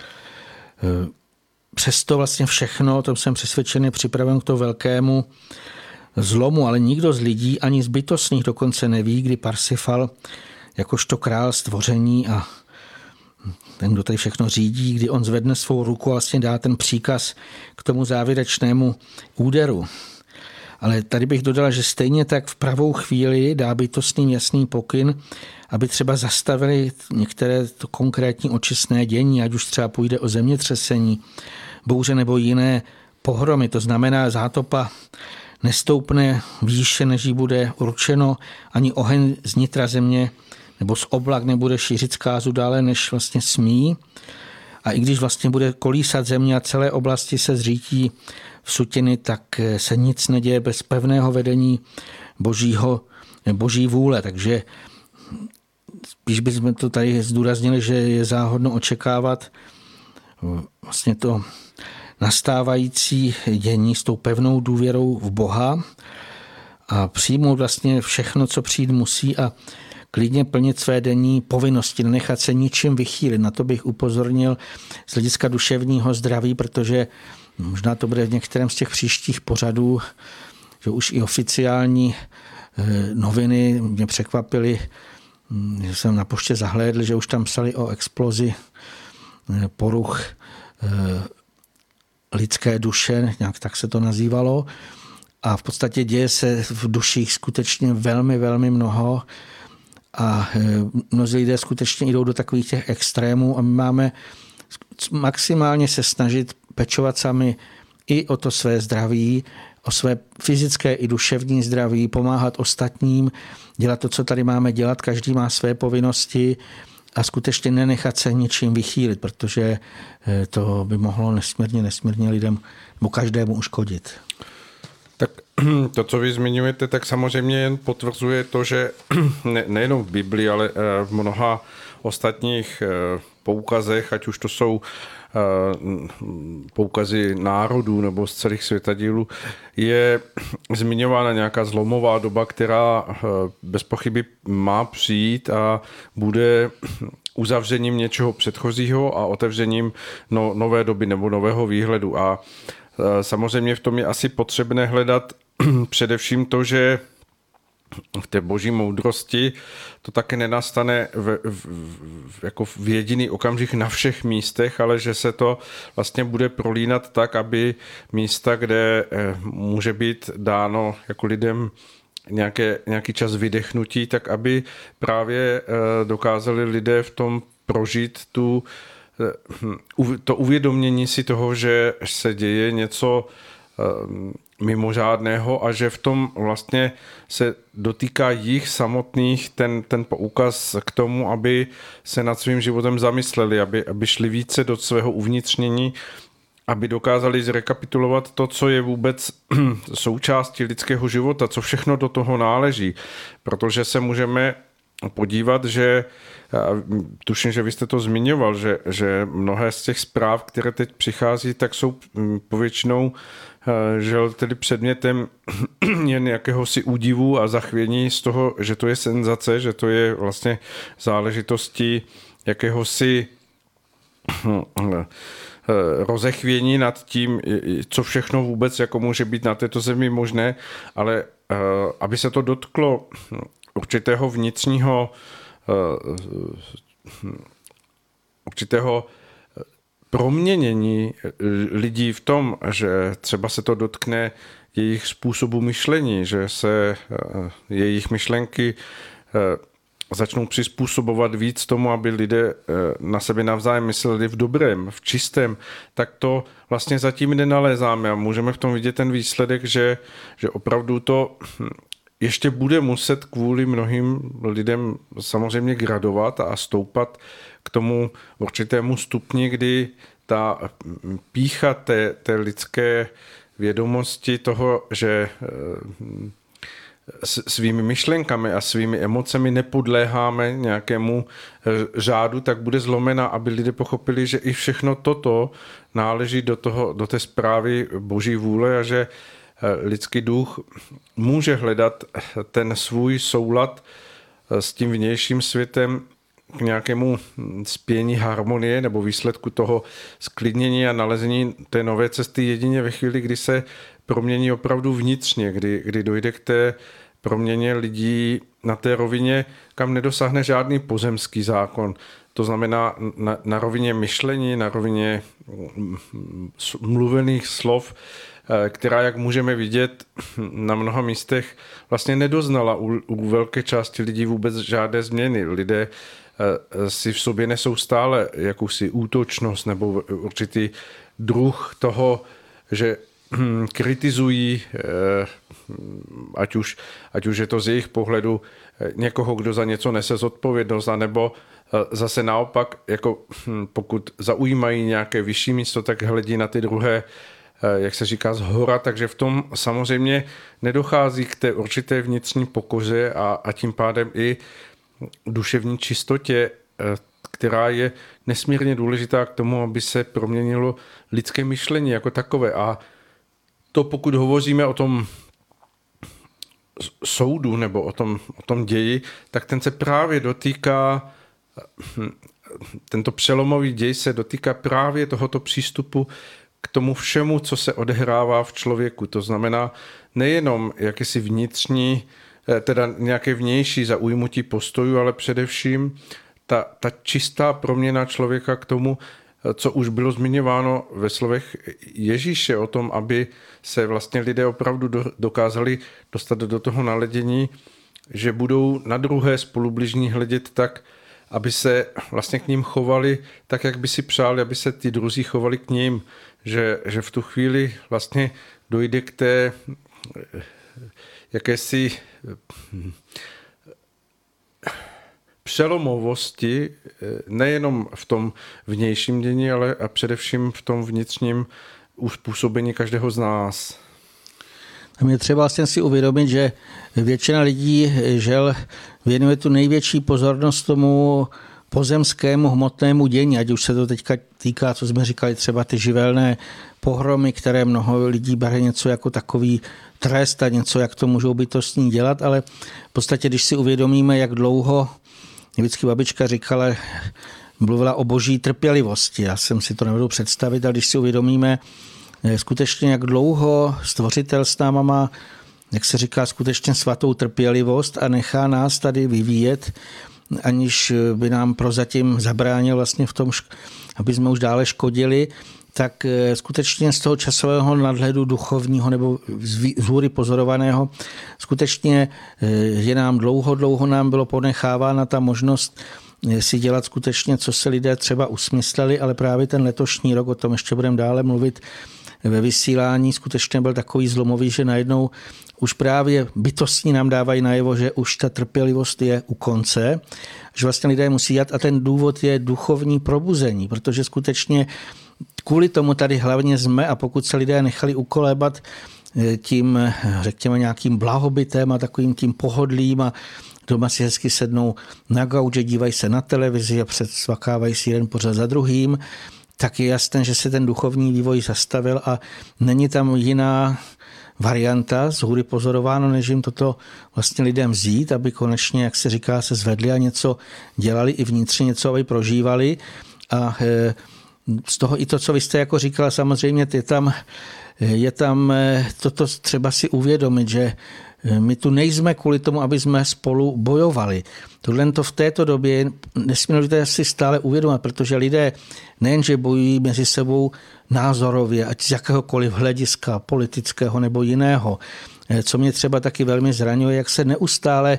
Přesto vlastně všechno, to jsem přesvědčený, připraven k tomu velkému zlomu, ale nikdo z lidí, ani z bytostných dokonce neví, kdy Parsifal jakožto král stvoření a ten, kdo tady všechno řídí, kdy on zvedne svou ruku a vlastně dá ten příkaz k tomu závěrečnému úderu. Ale tady bych dodala, že stejně tak v pravou chvíli dá bytostným jasný pokyn, aby třeba zastavili některé to konkrétní očistné dění, ať už třeba půjde o zemětřesení, bouře nebo jiné pohromy. To znamená, zátopa nestoupne výše, než jí bude určeno, ani oheň z nitra země nebo z oblak nebude šířit zkázu dále, než vlastně smí. A i když vlastně bude kolísat země a celé oblasti se zřítí v sutiny, tak se nic neděje bez pevného vedení božího, boží vůle. Takže spíš bychom to tady zdůraznili, že je záhodno očekávat vlastně to nastávající dění s tou pevnou důvěrou v Boha a přijmout vlastně všechno, co přijít musí a klidně plnit své denní povinnosti, nenechat se ničím vychýlit. Na to bych upozornil z hlediska duševního zdraví, protože možná to bude v některém z těch příštích pořadů, že už i oficiální noviny mě překvapily, že jsem na poště zahlédl, že už tam psali o explozi poruch lidské duše, nějak tak se to nazývalo. A v podstatě děje se v duších skutečně velmi, velmi mnoho a mnozí lidé skutečně jdou do takových těch extrémů a my máme maximálně se snažit pečovat sami i o to své zdraví, o své fyzické i duševní zdraví, pomáhat ostatním, dělat to, co tady máme dělat, každý má své povinnosti a skutečně nenechat se ničím vychýlit, protože to by mohlo nesmírně, nesmírně lidem nebo každému uškodit. Tak to, co vy zmiňujete, tak samozřejmě jen potvrzuje to, že ne, nejenom v Biblii, ale v mnoha ostatních poukazech, ať už to jsou poukazy národů nebo z celých světadílů, je zmiňována nějaká zlomová doba, která bez pochyby má přijít a bude uzavřením něčeho předchozího a otevřením no, nové doby nebo nového výhledu. A samozřejmě v tom je asi potřebné hledat především to, že v té boží moudrosti to také nenastane v, v, v, jako v jediný okamžik na všech místech, ale že se to vlastně bude prolínat tak, aby místa, kde může být dáno jako lidem nějaké, nějaký čas vydechnutí, tak aby právě dokázali lidé v tom prožít tu to uvědomění si toho, že se děje něco mimořádného a že v tom vlastně se dotýká jich samotných ten, ten poukaz k tomu, aby se nad svým životem zamysleli, aby, aby šli více do svého uvnitřnění, aby dokázali zrekapitulovat to, co je vůbec součástí lidského života, co všechno do toho náleží, protože se můžeme podívat, že tuším, že vy jste to zmiňoval, že, že mnohé z těch zpráv, které teď přichází, tak jsou povětšinou že tedy předmětem jen jakéhosi údivu a zachvění z toho, že to je senzace, že to je vlastně záležitostí jakéhosi rozechvění nad tím, co všechno vůbec jako může být na této zemi možné, ale aby se to dotklo určitého vnitřního určitého proměnění lidí v tom, že třeba se to dotkne jejich způsobu myšlení, že se jejich myšlenky začnou přizpůsobovat víc tomu, aby lidé na sebe navzájem mysleli v dobrém, v čistém, tak to vlastně zatím nenalézáme a můžeme v tom vidět ten výsledek, že, že opravdu to ještě bude muset kvůli mnohým lidem samozřejmě gradovat a stoupat k tomu určitému stupni, kdy ta pýcha té, té lidské vědomosti toho, že svými myšlenkami a svými emocemi nepodléháme nějakému řádu, tak bude zlomena, aby lidé pochopili, že i všechno toto náleží do, toho, do té správy Boží vůle a že lidský duch může hledat ten svůj soulad s tím vnějším světem k nějakému spění harmonie nebo výsledku toho sklidnění a nalezení té nové cesty jedině ve chvíli, kdy se promění opravdu vnitřně, kdy, kdy dojde k té proměně lidí na té rovině, kam nedosáhne žádný pozemský zákon. To znamená na, na rovině myšlení, na rovině mluvených slov, která, jak můžeme vidět, na mnoha místech vlastně nedoznala u, u velké části lidí vůbec žádné změny. Lidé si v sobě nesou stále jakousi útočnost nebo určitý druh toho, že kritizují, ať už, ať už je to z jejich pohledu někoho, kdo za něco nese zodpovědnost, anebo zase naopak, jako pokud zaujímají nějaké vyšší místo, tak hledí na ty druhé, jak se říká, zhora, takže v tom samozřejmě nedochází k té určité vnitřní pokoře a, a tím pádem i duševní čistotě, která je nesmírně důležitá k tomu, aby se proměnilo lidské myšlení jako takové. A to pokud hovoříme o tom soudu nebo o tom, o tom ději, tak ten se právě dotýká, tento přelomový děj se dotýká právě tohoto přístupu k tomu všemu, co se odehrává v člověku. To znamená nejenom jakési vnitřní, teda nějaké vnější zaujmutí postojů, ale především ta, ta čistá proměna člověka k tomu, co už bylo zmiňováno ve slovech Ježíše o tom, aby se vlastně lidé opravdu do, dokázali dostat do toho naladění, že budou na druhé spolubližní hledět tak, aby se vlastně k ním chovali tak, jak by si přáli, aby se ty druzí chovali k ním, že, že v tu chvíli vlastně dojde k té jakési přelomovosti nejenom v tom vnějším dění, ale a především v tom vnitřním uspůsobení každého z nás. Tam je třeba vlastně si uvědomit, že většina lidí žel věnuje tu největší pozornost tomu pozemskému hmotnému dění, ať už se to teďka týká, co jsme říkali, třeba ty živelné pohromy, které mnoho lidí bere něco jako takový trest a něco, jak to můžou bytostní dělat, ale v podstatě, když si uvědomíme, jak dlouho, vždycky babička říkala, mluvila o boží trpělivosti. Já jsem si to nemohl představit, ale když si uvědomíme skutečně, jak dlouho Stvořitel s náma má, jak se říká, skutečně svatou trpělivost a nechá nás tady vyvíjet, aniž by nám prozatím zabránil vlastně v tom, aby jsme už dále škodili, tak skutečně z toho časového nadhledu duchovního nebo z hůry pozorovaného skutečně je nám dlouho, dlouho nám bylo ponechávána ta možnost si dělat skutečně, co se lidé třeba usmysleli, ale právě ten letošní rok, o tom ještě budeme dále mluvit ve vysílání, skutečně byl takový zlomový, že najednou už právě bytostní nám dávají najevo, že už ta trpělivost je u konce, že vlastně lidé musí jít a ten důvod je duchovní probuzení, protože skutečně kvůli tomu tady hlavně jsme a pokud se lidé nechali ukolébat tím, řekněme, nějakým blahobytem a takovým tím pohodlím a doma si hezky sednou na gauče, dívají se na televizi a předsvakávají si jeden pořad za druhým, tak je jasné, že se ten duchovní vývoj zastavil a není tam jiná varianta z hůry pozorováno, než jim toto vlastně lidem vzít, aby konečně, jak se říká, se zvedli a něco dělali i vnitřně, něco aby prožívali. A z toho i to, co vy jste jako říkala, samozřejmě je tam, je tam toto třeba si uvědomit, že my tu nejsme kvůli tomu, aby jsme spolu bojovali. Tohle to v této době nesmíme lidé si stále uvědomit, protože lidé nejenže bojují mezi sebou názorově, ať z jakéhokoliv hlediska, politického nebo jiného. Co mě třeba taky velmi zraňuje, jak se neustále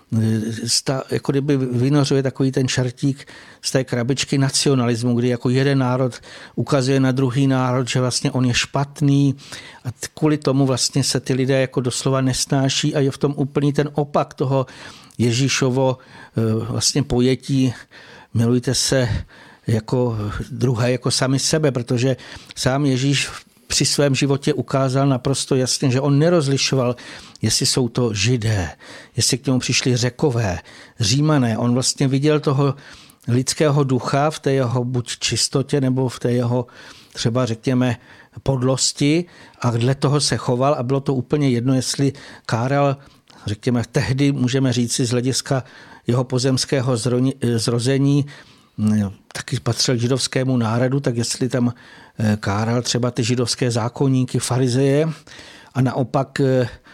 jako kdyby vynořuje takový ten čertík z té krabičky nacionalismu, kdy jako jeden národ ukazuje na druhý národ, že vlastně on je špatný a kvůli tomu vlastně se ty lidé jako doslova nesnáší a je v tom úplný ten opak toho Ježíšovo vlastně pojetí milujte se jako druhé, jako sami sebe, protože sám Ježíš při svém životě ukázal naprosto jasně, že on nerozlišoval, jestli jsou to Židé, jestli k němu přišli Řekové, Římané. On vlastně viděl toho lidského ducha v té jeho buď čistotě, nebo v té jeho třeba řekněme podlosti a dle toho se choval a bylo to úplně jedno, jestli káral, řekněme tehdy můžeme říci z hlediska jeho pozemského zrození, taky patřil k židovskému národu, tak jestli tam káral třeba ty židovské zákonníky, farizeje a naopak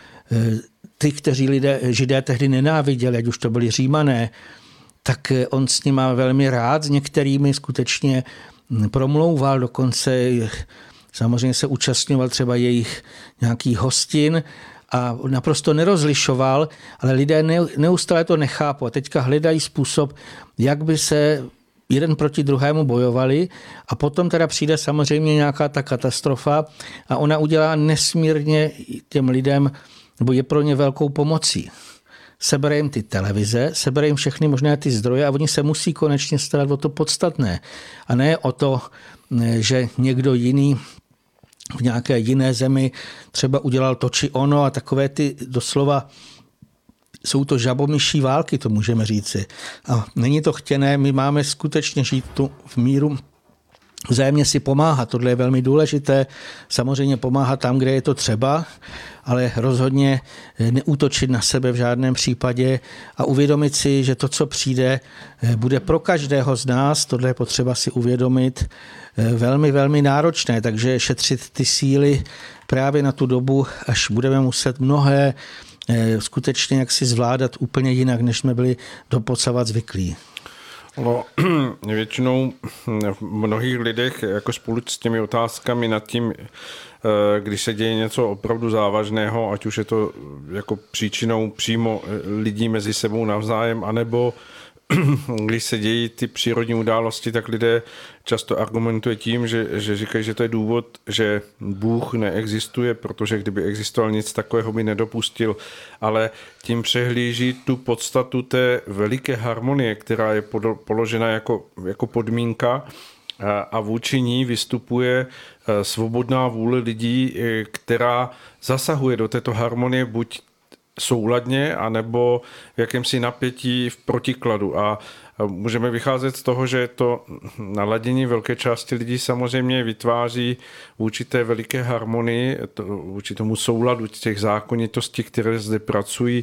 ty, kteří lidé, Židé tehdy nenáviděli, ať už to byli Římané, tak on s nima velmi rád, s některými skutečně promlouval, dokonce samozřejmě se účastňoval třeba jejich nějakých hostin a naprosto nerozlišoval, ale lidé neustále to nechápou a teďka hledají způsob, jak by se jeden proti druhému bojovali a potom teda přijde samozřejmě nějaká ta katastrofa a ona udělá nesmírně těm lidem, nebo je pro ně velkou pomocí. Sebere jim ty televize, sebere jim všechny možné ty zdroje a oni se musí konečně starat o to podstatné. A ne o to, že někdo jiný v nějaké jiné zemi třeba udělal to či ono a takové ty doslova jsou to žabomyší války, to můžeme říci. A není to chtěné, my máme skutečně žít tu v míru, vzájemně si pomáhat, tohle je velmi důležité, samozřejmě pomáhat tam, kde je to třeba, ale rozhodně neútočit na sebe v žádném případě a uvědomit si, že to, co přijde, bude pro každého z nás, tohle je potřeba si uvědomit, velmi, velmi náročné, takže šetřit ty síly právě na tu dobu, až budeme muset mnohé skutečně jak si zvládat úplně jinak, než jsme byli doposavat zvyklí. No, většinou v mnohých lidech jako spolu s těmi otázkami nad tím, když se děje něco opravdu závažného, ať už je to jako příčinou přímo lidí mezi sebou navzájem, anebo když se dějí ty přírodní události, tak lidé často argumentují tím, že, že říkají, že to je důvod, že Bůh neexistuje, protože kdyby existoval, nic takového by nedopustil, ale tím přehlíží tu podstatu té veliké harmonie, která je položena jako, jako podmínka a vůči ní vystupuje svobodná vůle lidí, která zasahuje do této harmonie buď souladně, anebo v jakémsi napětí v protikladu. A můžeme vycházet z toho, že to naladění velké části lidí samozřejmě vytváří vůči té veliké harmonii, vůči tomu souladu těch zákonitostí, které zde pracují,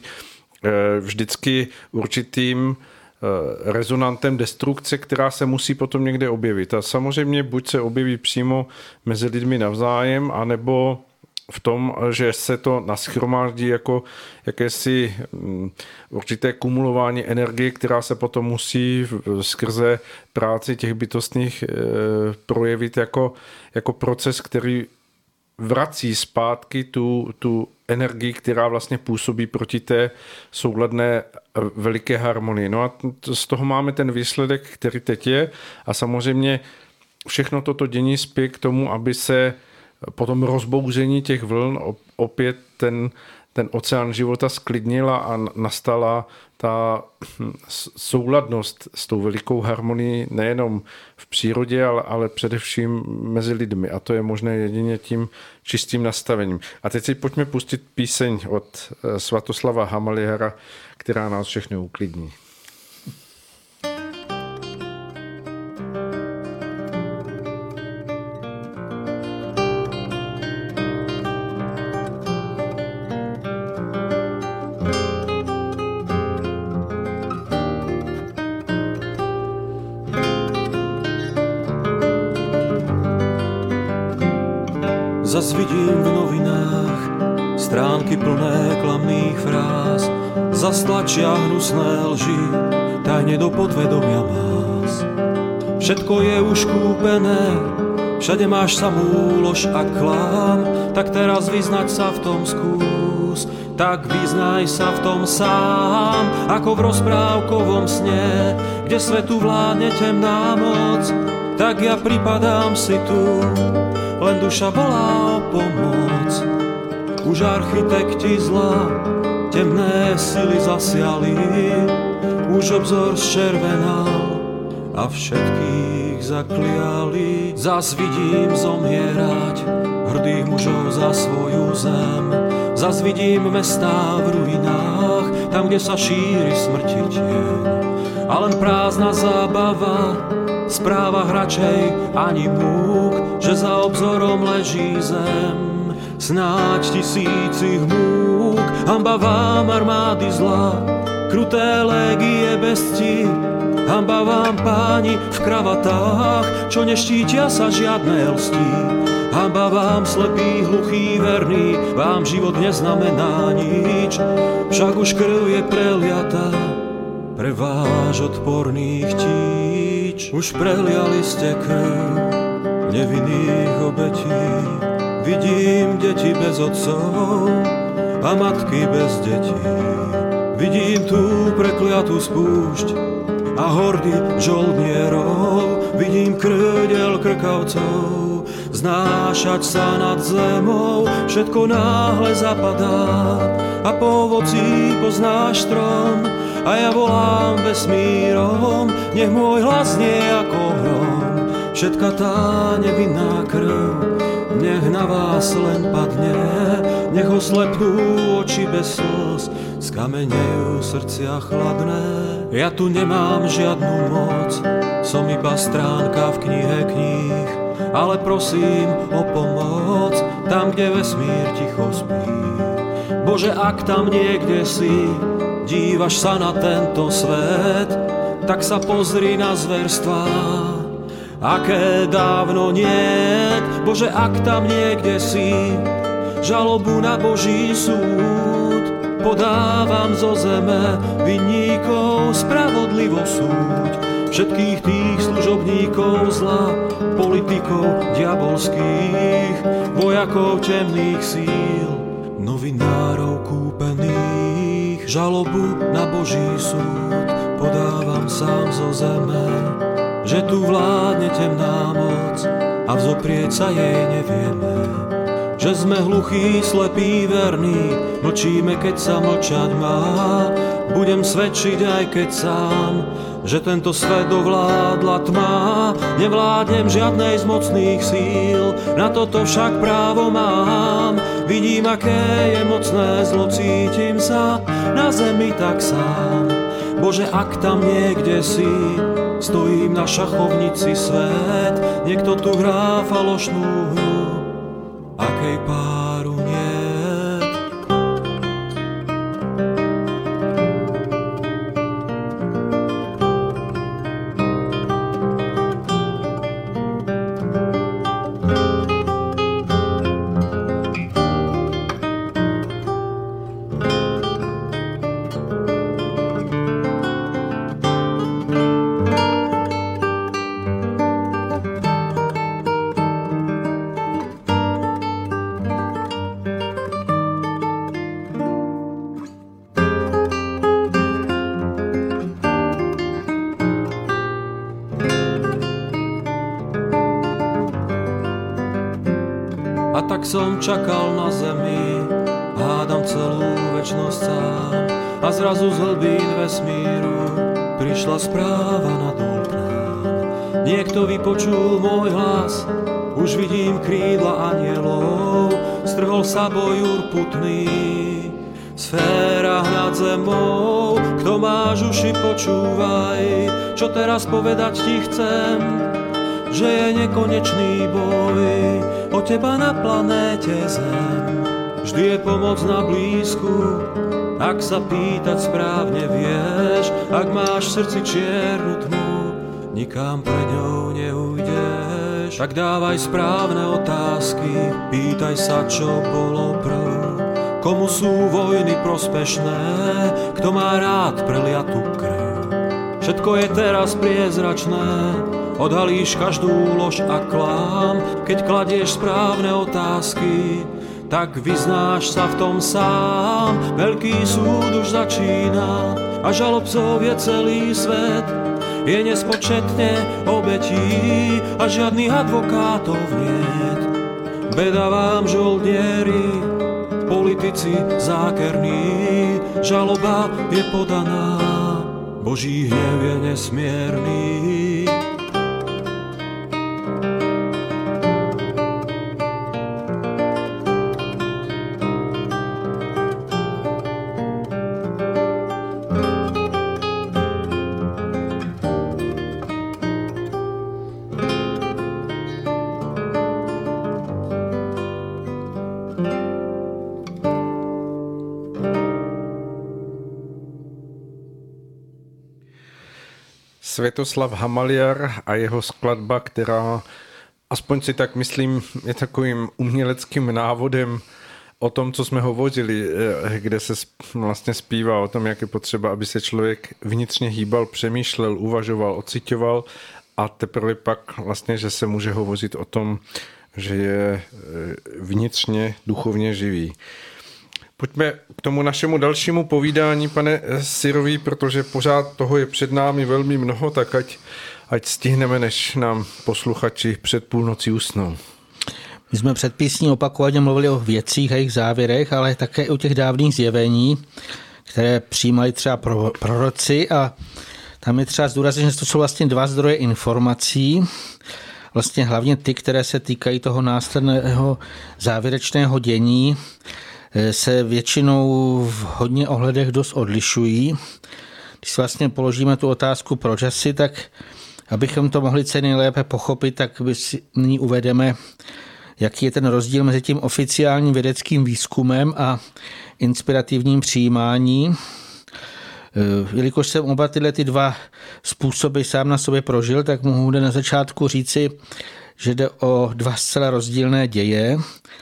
vždycky určitým rezonantem destrukce, která se musí potom někde objevit. A samozřejmě buď se objeví přímo mezi lidmi navzájem, anebo v tom, že se to nashromáždí jako jakési určité kumulování energie, která se potom musí skrze práci těch bytostných projevit jako, jako proces, který vrací zpátky tu, tu energii, která vlastně působí proti té souladné veliké harmonii. No a z toho máme ten výsledek, který teď je a samozřejmě všechno toto dění spěje k tomu, aby se po tom rozbouzení těch vln opět ten, ten oceán života sklidnila a nastala ta souladnost s tou velikou harmonií nejenom v přírodě, ale, ale především mezi lidmi. A to je možné jedině tím čistým nastavením. A teď si pojďme pustit píseň od Svatoslava Hamalihara, která nás všechny uklidní. Zas vidím v novinách stránky plné klamných fráz, zas tlačia hnusné lži tajne do podvedomia vás. Všetko je už kúpené, všade máš samú lož a klám, tak teraz vyznať sa v tom skús, tak vyznaj sa v tom sám, ako v rozprávkovom sne, kde svetu vládne temná moc, tak ja pripadám si tu, len duša volá o pomoc. Už architekti zla temné sily zasiali, už obzor zčervenal, a všetkých zakliali. Zas vidím zomierať hrdých mužov za svoju zem. Zas vidím mestá v ruinách, tam, kde sa šíri smrti tieň. A len prázdna zábava, správa hračej ani múk, že za obzorom leží zem. Snáď tisícich múk, hanba vám armády zla, kruté légie bezcti. Hanba vám páni v kravatách, čo neštítia sa žiadne lstí. Hanba vám slepý, hluchý, verný, vám život neznamená nič. Však už krv je preliatá pre váš odporných tíč. Už preliali ste krv nevinných obetí. Vidím deti bez otcov a matky bez detí. Vidím tú prekliatú spúšť a hordy žoldnierov. Vidím krdeľ krkavcov znášať sa nad zemou. Všetko náhle zapadá a po ovocí poznáš strom. A ja volám vesmírom, nech môj hlas nie ako hrom. Všetka tá nevinná krv, nech na vás len padne. Nech oslepnú oči bez slz, skamenejú srdcia chladné. Ja tu nemám žiadnu moc, som iba stránka v knihe kníh. Ale prosím o pomoc, tam, kde vesmír ticho spí. Bože, ak tam niekde si, dívaš sa na tento svet, tak sa pozri na zverstvá, aké dávno niet. Bože, ak tam niekde si, žalobu na Boží súd podávam zo zeme, vinníkov spravodlivo súď. Všetkých tých služobníkov zla, politikov diabolských, vojakov temných síl, novinárov kúpených. Žalobu na Boží súd podávam sám zo zeme, že tu vládne temná moc a vzoprieť sa jej nevieme. Že sme hluchí, slepí, verní, mlčíme, keď sa mlčať má. Budem svedčiť, aj keď sám, že tento svet dovládla tma. Nevládnem žiadnej z mocných síl, na toto však právo mám. Vidím, aké je mocné zlo, cítim sa na zemi tak sám. Bože, ak tam niekde si, stojím na šachovnici svet. Niekto tu hrá falošnú hru, akej páru niet. A tak som čakal na zemi, hádam celú večnosť sám. A zrazu z hlbín vesmíru prišla správa na dôl k nám. Niekto vypočul môj hlas, už vidím krídla anielov. Strhol sa boj urputný v sférach nad zemou. Kto máš uši, počúvaj, čo teraz povedať ti chcem, že je nekonečný boj o teba na planéte Zem. Vždy je pomoc na blízku, ak sa pýtať správne vieš. Ak máš v srdci čiernu tmu, nikam pred ňou neujdeš. Tak dávaj správne otázky, pýtaj sa, čo bolo prv. Komu sú vojny prospešné, kto má rád preliatú krv. Všetko je teraz priezračné, odhalíš každú lož a klám. Keď kladieš správne otázky, tak vyznáš sa v tom sám. Veľký súd už začína a žalobcov je celý svet. Je nespočetne obetí a žiadnych advokátov niet. Beda vám, žoldieri, politici zákerní, žaloba je podaná, Boží hnev je nesmierný. Světoslav Hamaliar a jeho skladba, která, aspoň si tak myslím, je takovým uměleckým návodem o tom, co jsme hovořili, kde se vlastně zpívá o tom, jak je potřeba, aby se člověk vnitřně hýbal, přemýšlel, uvažoval, ocitoval a teprve pak vlastně, že se může hovořit o tom, že je vnitřně, duchovně živý. Pojďme k tomu našemu dalšímu povídání, pane Syrový, protože pořád toho je před námi velmi mnoho, tak ať, ať stihneme, než nám posluchači před půlnocí usnou. My jsme před písní opakovaně mluvili o věcích a jejich závěrech, ale také i o těch dávných zjevení, které přijímali třeba proroci a tam je třeba zdůraznit, že to jsou vlastně dva zdroje informací, vlastně hlavně ty, které se týkají toho následného závěrečného dění, se většinou v hodně ohledech dost odlišují. Když si vlastně položíme tu otázku proč asi, tak abychom to mohli co nejlépe pochopit, tak si nyní uvedeme, jaký je ten rozdíl mezi tím oficiálním vědeckým výzkumem a inspirativním přijímáním. Jelikož jsem oba tyhle ty dva způsoby sám na sobě prožil, tak mohu na začátku říci, že jde o dva zcela rozdílné děje.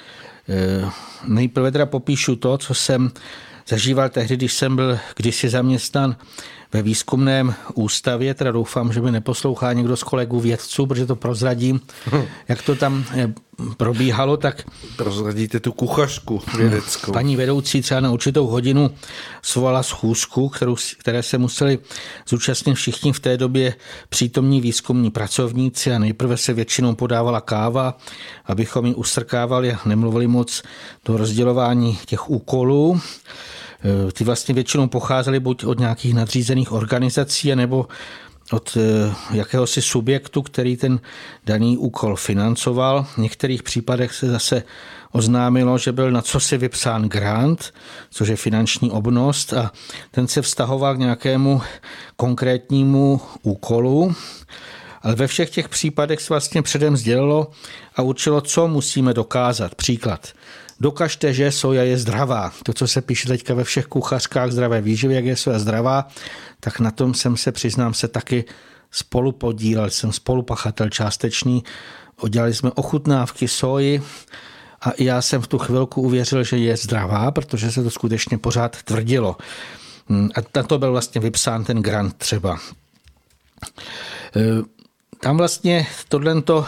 Nejprve teda popíšu to, co jsem zažíval tehdy, když jsem byl kdysi zaměstnán ve výzkumném ústavě, teda doufám, že mi neposlouchá někdo z kolegů vědců, protože to prozradím, jak to tam probíhalo, tak prozradíte tu kuchařku vědeckou. Paní vedoucí třeba na určitou hodinu svolala schůzku, kterou, které se museli zúčastnit všichni v té době přítomní výzkumní pracovníci a nejprve se většinou podávala káva, abychom ji ustrkávali a nemluvili moc do rozdělování těch úkolů. Ty vlastně většinou pocházely buď od nějakých nadřízených organizací, nebo od jakéhosi subjektu, který ten daný úkol financoval. V některých případech se zase oznámilo, že byl na cosi vypsán grant, což je finanční obnost, a ten se vztahoval k nějakému konkrétnímu úkolu. Ale ve všech těch případech se vlastně předem sdělilo a určilo, co musíme dokázat. Příklad. Dokažte, že soja je zdravá. To, co se píše teďka ve všech kuchařkách zdravé výživy, jak je soja zdravá, tak na tom jsem se, přiznám se, taky spolu podílel. Jsem spolupachatel částečný. Udělali jsme ochutnávky soji a i já jsem v tu chvilku uvěřil, že je zdravá, protože se to skutečně pořád tvrdilo. A na to byl vlastně vypsán ten grant třeba. Tam vlastně tohleto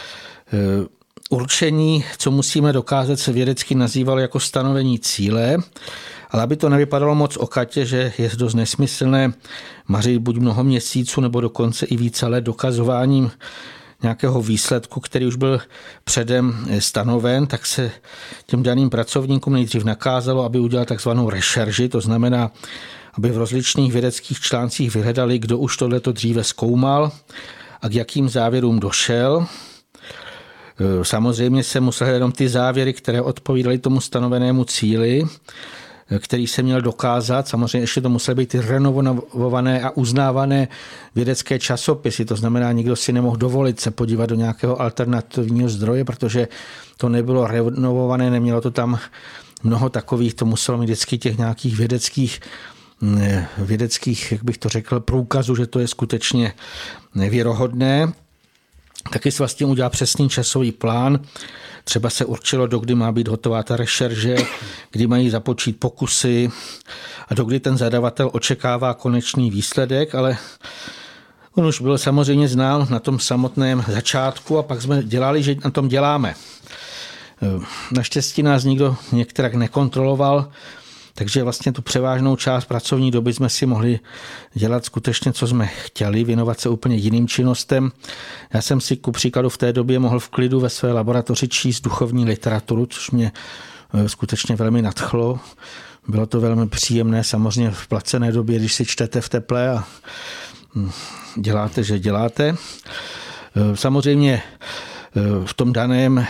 určení, co musíme dokázat, se vědecky nazývalo jako stanovení cíle, ale aby to nevypadalo moc okatě, že je dost nesmyslné mařit buď mnoho měsíců nebo dokonce i více let dokazováním nějakého výsledku, který už byl předem stanoven, tak se těm daným pracovníkům nejdřív nakázalo, aby udělal takzvanou rešerži, to znamená, aby v rozličných vědeckých článcích vyhledali, kdo už tohleto dříve zkoumal a k jakým závěrům došel. Samozřejmě se museli jenom ty závěry, které odpovídaly tomu stanovenému cíli, který se měl dokázat. Samozřejmě ještě to musely být ty renovované a uznávané vědecké časopisy. To znamená, nikdo si nemohl dovolit se podívat do nějakého alternativního zdroje, protože to nebylo renovované, nemělo to tam mnoho takových, to muselo mít vždycky těch nějakých vědeckých vědeckých, jak bych to řekl, průkazů, že to je skutečně nevěrohodné. Taky se vlastně udělal přesný časový plán. Třeba se určilo, dokdy má být hotová ta rešerže, kdy mají započít pokusy a dokdy ten zadavatel očekává konečný výsledek, ale on už byl samozřejmě znám na tom samotném začátku a pak jsme dělali, že na tom děláme. Naštěstí nás nikdo některak nekontroloval, takže vlastně tu převážnou část pracovní doby jsme si mohli dělat skutečně, co jsme chtěli, věnovat se úplně jiným činnostem. Já jsem si ku příkladu v té době mohl v klidu ve své laboratoři číst duchovní literaturu, což mě skutečně velmi nadchlo. Bylo to velmi příjemné, samozřejmě v placené době, když si čtete v teple a děláte, že děláte. Samozřejmě v tom daném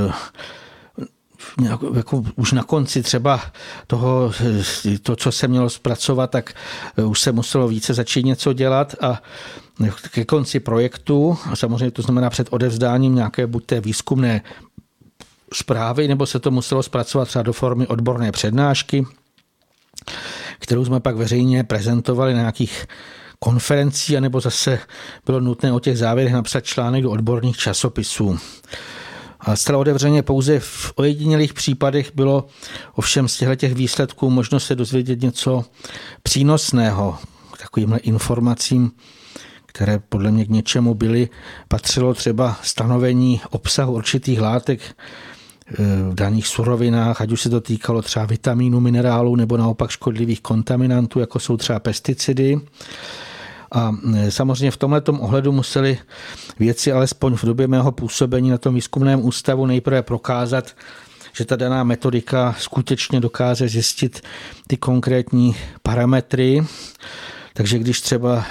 jako už na konci třeba toho, to, co se mělo zpracovat, tak už se muselo více začít něco dělat a ke konci projektu, a samozřejmě to znamená před odevzdáním nějaké buď té výzkumné zprávy, nebo se to muselo zpracovat třeba do formy odborné přednášky, kterou jsme pak veřejně prezentovali na nějakých konferencí, anebo zase bylo nutné o těch závěrech napsat článek do odborných časopisů. A zcela otevřeně pouze v ojedinělých případech bylo ovšem z těchto výsledků možno se dozvědět něco přínosného k takovýmhle informacím, které podle mě k něčemu byly. Patřilo třeba stanovení obsahu určitých látek v daných surovinách, ať už se to týkalo třeba vitamínů, minerálů nebo naopak škodlivých kontaminantů, jako jsou třeba pesticidy. A samozřejmě v tomhletom ohledu museli vědci alespoň v době mého působení na tom výzkumném ústavu nejprve prokázat, že ta daná metodika skutečně dokáže zjistit ty konkrétní parametry. Takže když třeba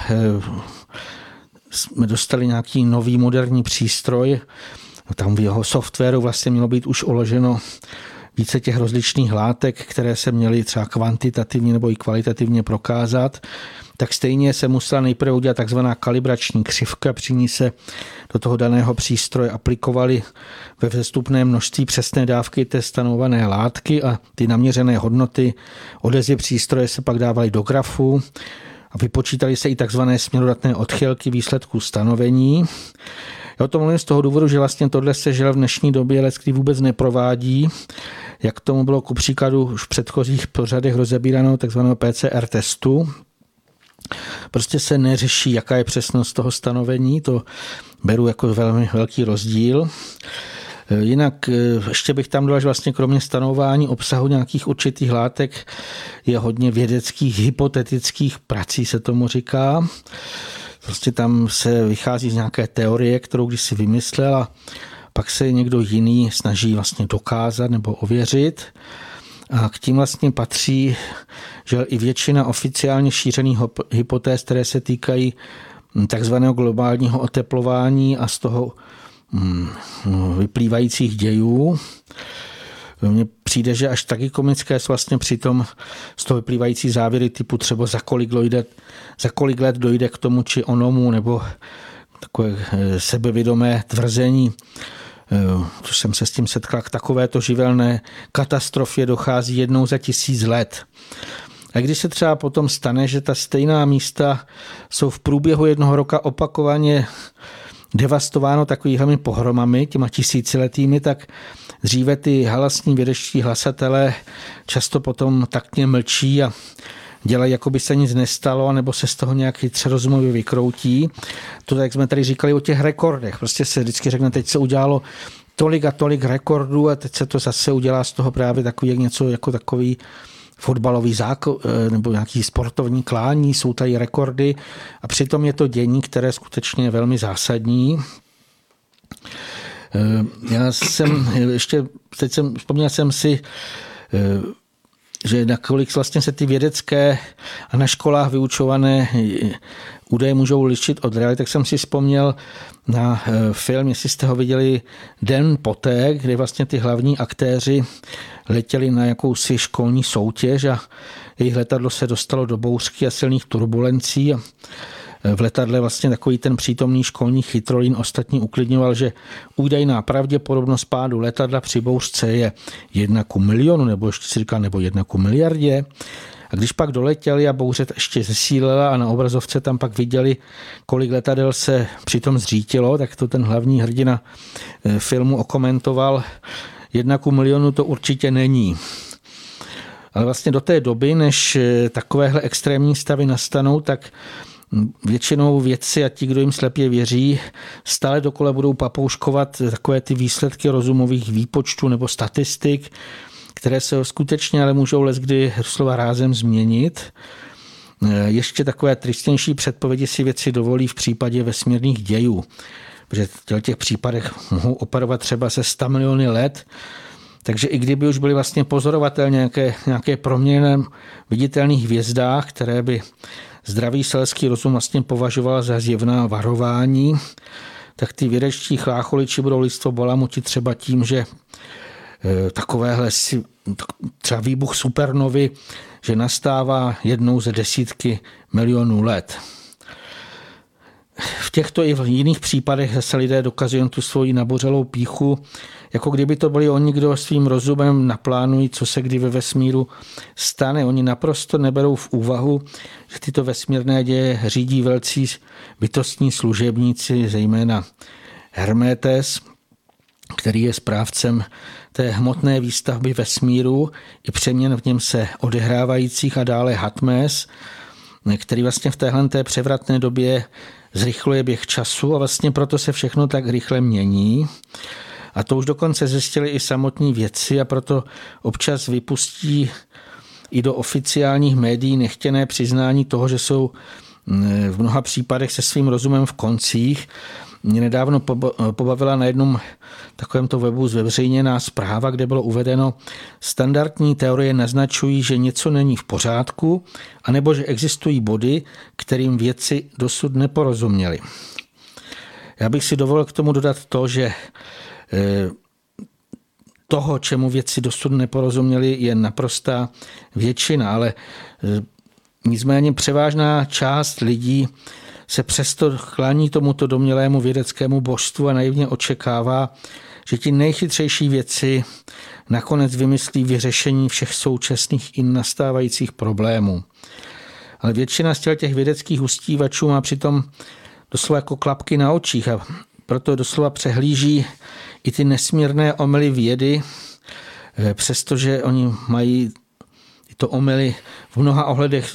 jsme dostali nějaký nový moderní přístroj, tam v jeho softwaru vlastně mělo být už uloženo více těch rozličných látek, které se měly třeba kvantitativně nebo i kvalitativně prokázat, tak stejně se musela nejprve udělat takzvaná kalibrační křivka, při ní se do toho daného přístroje aplikovaly ve vzestupné množství přesné dávky té stanovované látky a ty naměřené hodnoty odezvy přístroje se pak dávaly do grafu a vypočítali se i takzvané směrodatné odchylky výsledků stanovení. Já o tom mluvím z toho důvodu, že vlastně tohle se žel v dnešní době leckdy vůbec neprovádí, jak tomu bylo ku příkladu už v předchozích pořadech rozebíraného takzvaného P C R testu. Prostě se neřeší, jaká je přesnost toho stanovení, to beru jako velmi velký rozdíl. Jinak ještě bych tam dodal, že vlastně kromě stanování obsahu nějakých určitých látek je hodně vědeckých, hypotetických prací, se tomu říká. Prostě tam se vychází z nějaké teorie, kterou když si vymyslel a pak se někdo jiný snaží vlastně dokázat nebo ověřit. A k tím vlastně patří, že i většina oficiálně šířených hypotéz, které se týkají takzvaného globálního oteplování a z toho vyplývajících dějů. Mně přijde, že až tragikomické jsou vlastně přitom z toho vyplývající závěry typu třeba za kolik, dojde, za kolik let dojde k tomu či onomu, nebo takové sebevědomé tvrzení, což jsem se s tím setkal, k takovéto živelné katastrofě dochází jednou za tisíc let. A když se třeba potom stane, že ta stejná místa jsou v průběhu jednoho roka opakovaně devastováno takovými pohromami, těma tisíciletými, tak dříve ty halasní vědečtí hlasatelé často potom taktně mlčí a dělají, jako by se nic nestalo, nebo se z toho nějak chytře rozumově vykroutí. To, jak jsme tady říkali o těch rekordech. Prostě se vždycky řekne, teď se udělalo tolik a tolik rekordů a teď se to zase udělá z toho právě takový, jak něco jako takový fotbalový zákon nebo nějaký sportovní klání, jsou tady rekordy a přitom je to dění, které skutečně je velmi zásadní. Já jsem ještě, teď jsem, vzpomněl jsem si, že nakolik vlastně se ty vědecké a na školách vyučované údaje můžou lišit od reality, tak jsem si vzpomněl na film, jestli jste ho viděli, Den poté, kde vlastně ty hlavní aktéři letěli na jakousi školní soutěž a jejich letadlo se dostalo do bouřky a silných turbulencí a v letadle vlastně takový ten přítomný školní chytrolín ostatní uklidňoval, že údajná pravděpodobnost pádu letadla při bouřce je jedna ku milionu, nebo ještě si říká, nebo jedna ku miliardě. A když pak doletěli a bouře ještě zesílila a na obrazovce tam pak viděli, kolik letadel se přitom zřítilo, tak to ten hlavní hrdina filmu okomentoval. Jedna ku milionu to určitě není. Ale vlastně do té doby, než takovéhle extrémní stavy nastanou, tak většinou vědci a ti, kdo jim slepě věří, stále dokola budou papouškovat takové ty výsledky rozumových výpočtů nebo statistik, které se skutečně ale můžou leckdy slova rázem změnit. Ještě takové tristnější předpovědi si vědci dovolí v případě vesmírných dějů, protože v těch případech mohou operovat třeba se sta miliony let, takže i kdyby už byly vlastně pozorovatelné nějaké, nějaké proměny v viditelných hvězdách, které by zdravý selský rozum vlastně považoval za zjevná varování, tak ty vědečtí chlácholiči budou lidstvo balamutit třeba tím, že takovéhle si, třeba výbuch supernovy, že nastává jednou ze desítky milionů let. v těchto i v jiných případech zase lidé dokazují tu svoji nabořelou pýchu, jako kdyby to byli oni, kdo svým rozumem naplánují, co se kdy ve vesmíru stane. Oni naprosto neberou v úvahu, že tyto vesmírné děje řídí velcí bytostní služebníci, zejména Hermétes, který je správcem té hmotné výstavby vesmíru i přeměn v něm se odehrávajících, a dále Hatmés, který vlastně v téhle té převratné době zrychluje běh času a vlastně proto se všechno tak rychle mění. A to už dokonce zjistili i samotní vědci, a proto občas vypustí i do oficiálních médií nechtěné přiznání toho, že jsou v mnoha případech se svým rozumem v koncích. Mě nedávno pobavila na jednom takovémto webu zveřejněná zpráva, kde bylo uvedeno, standardní teorie naznačují, že něco není v pořádku, anebo že existují body, kterým vědci dosud neporozuměli. Já bych si dovolil k tomu dodat to, že toho, čemu vědci dosud neporozuměli, je naprostá většina, ale nicméně převážná část lidí se přesto klání tomuto domnělému vědeckému božstvu a naivně očekává, že ti nejchytřejší vědci nakonec vymyslí vyřešení všech současných i nastávajících problémů. Ale většina z těch vědeckých ustívačů má přitom doslova jako klapky na očích a proto doslova přehlíží i ty nesmírné omyly vědy, přestože oni mají tyto omyly v mnoha ohledech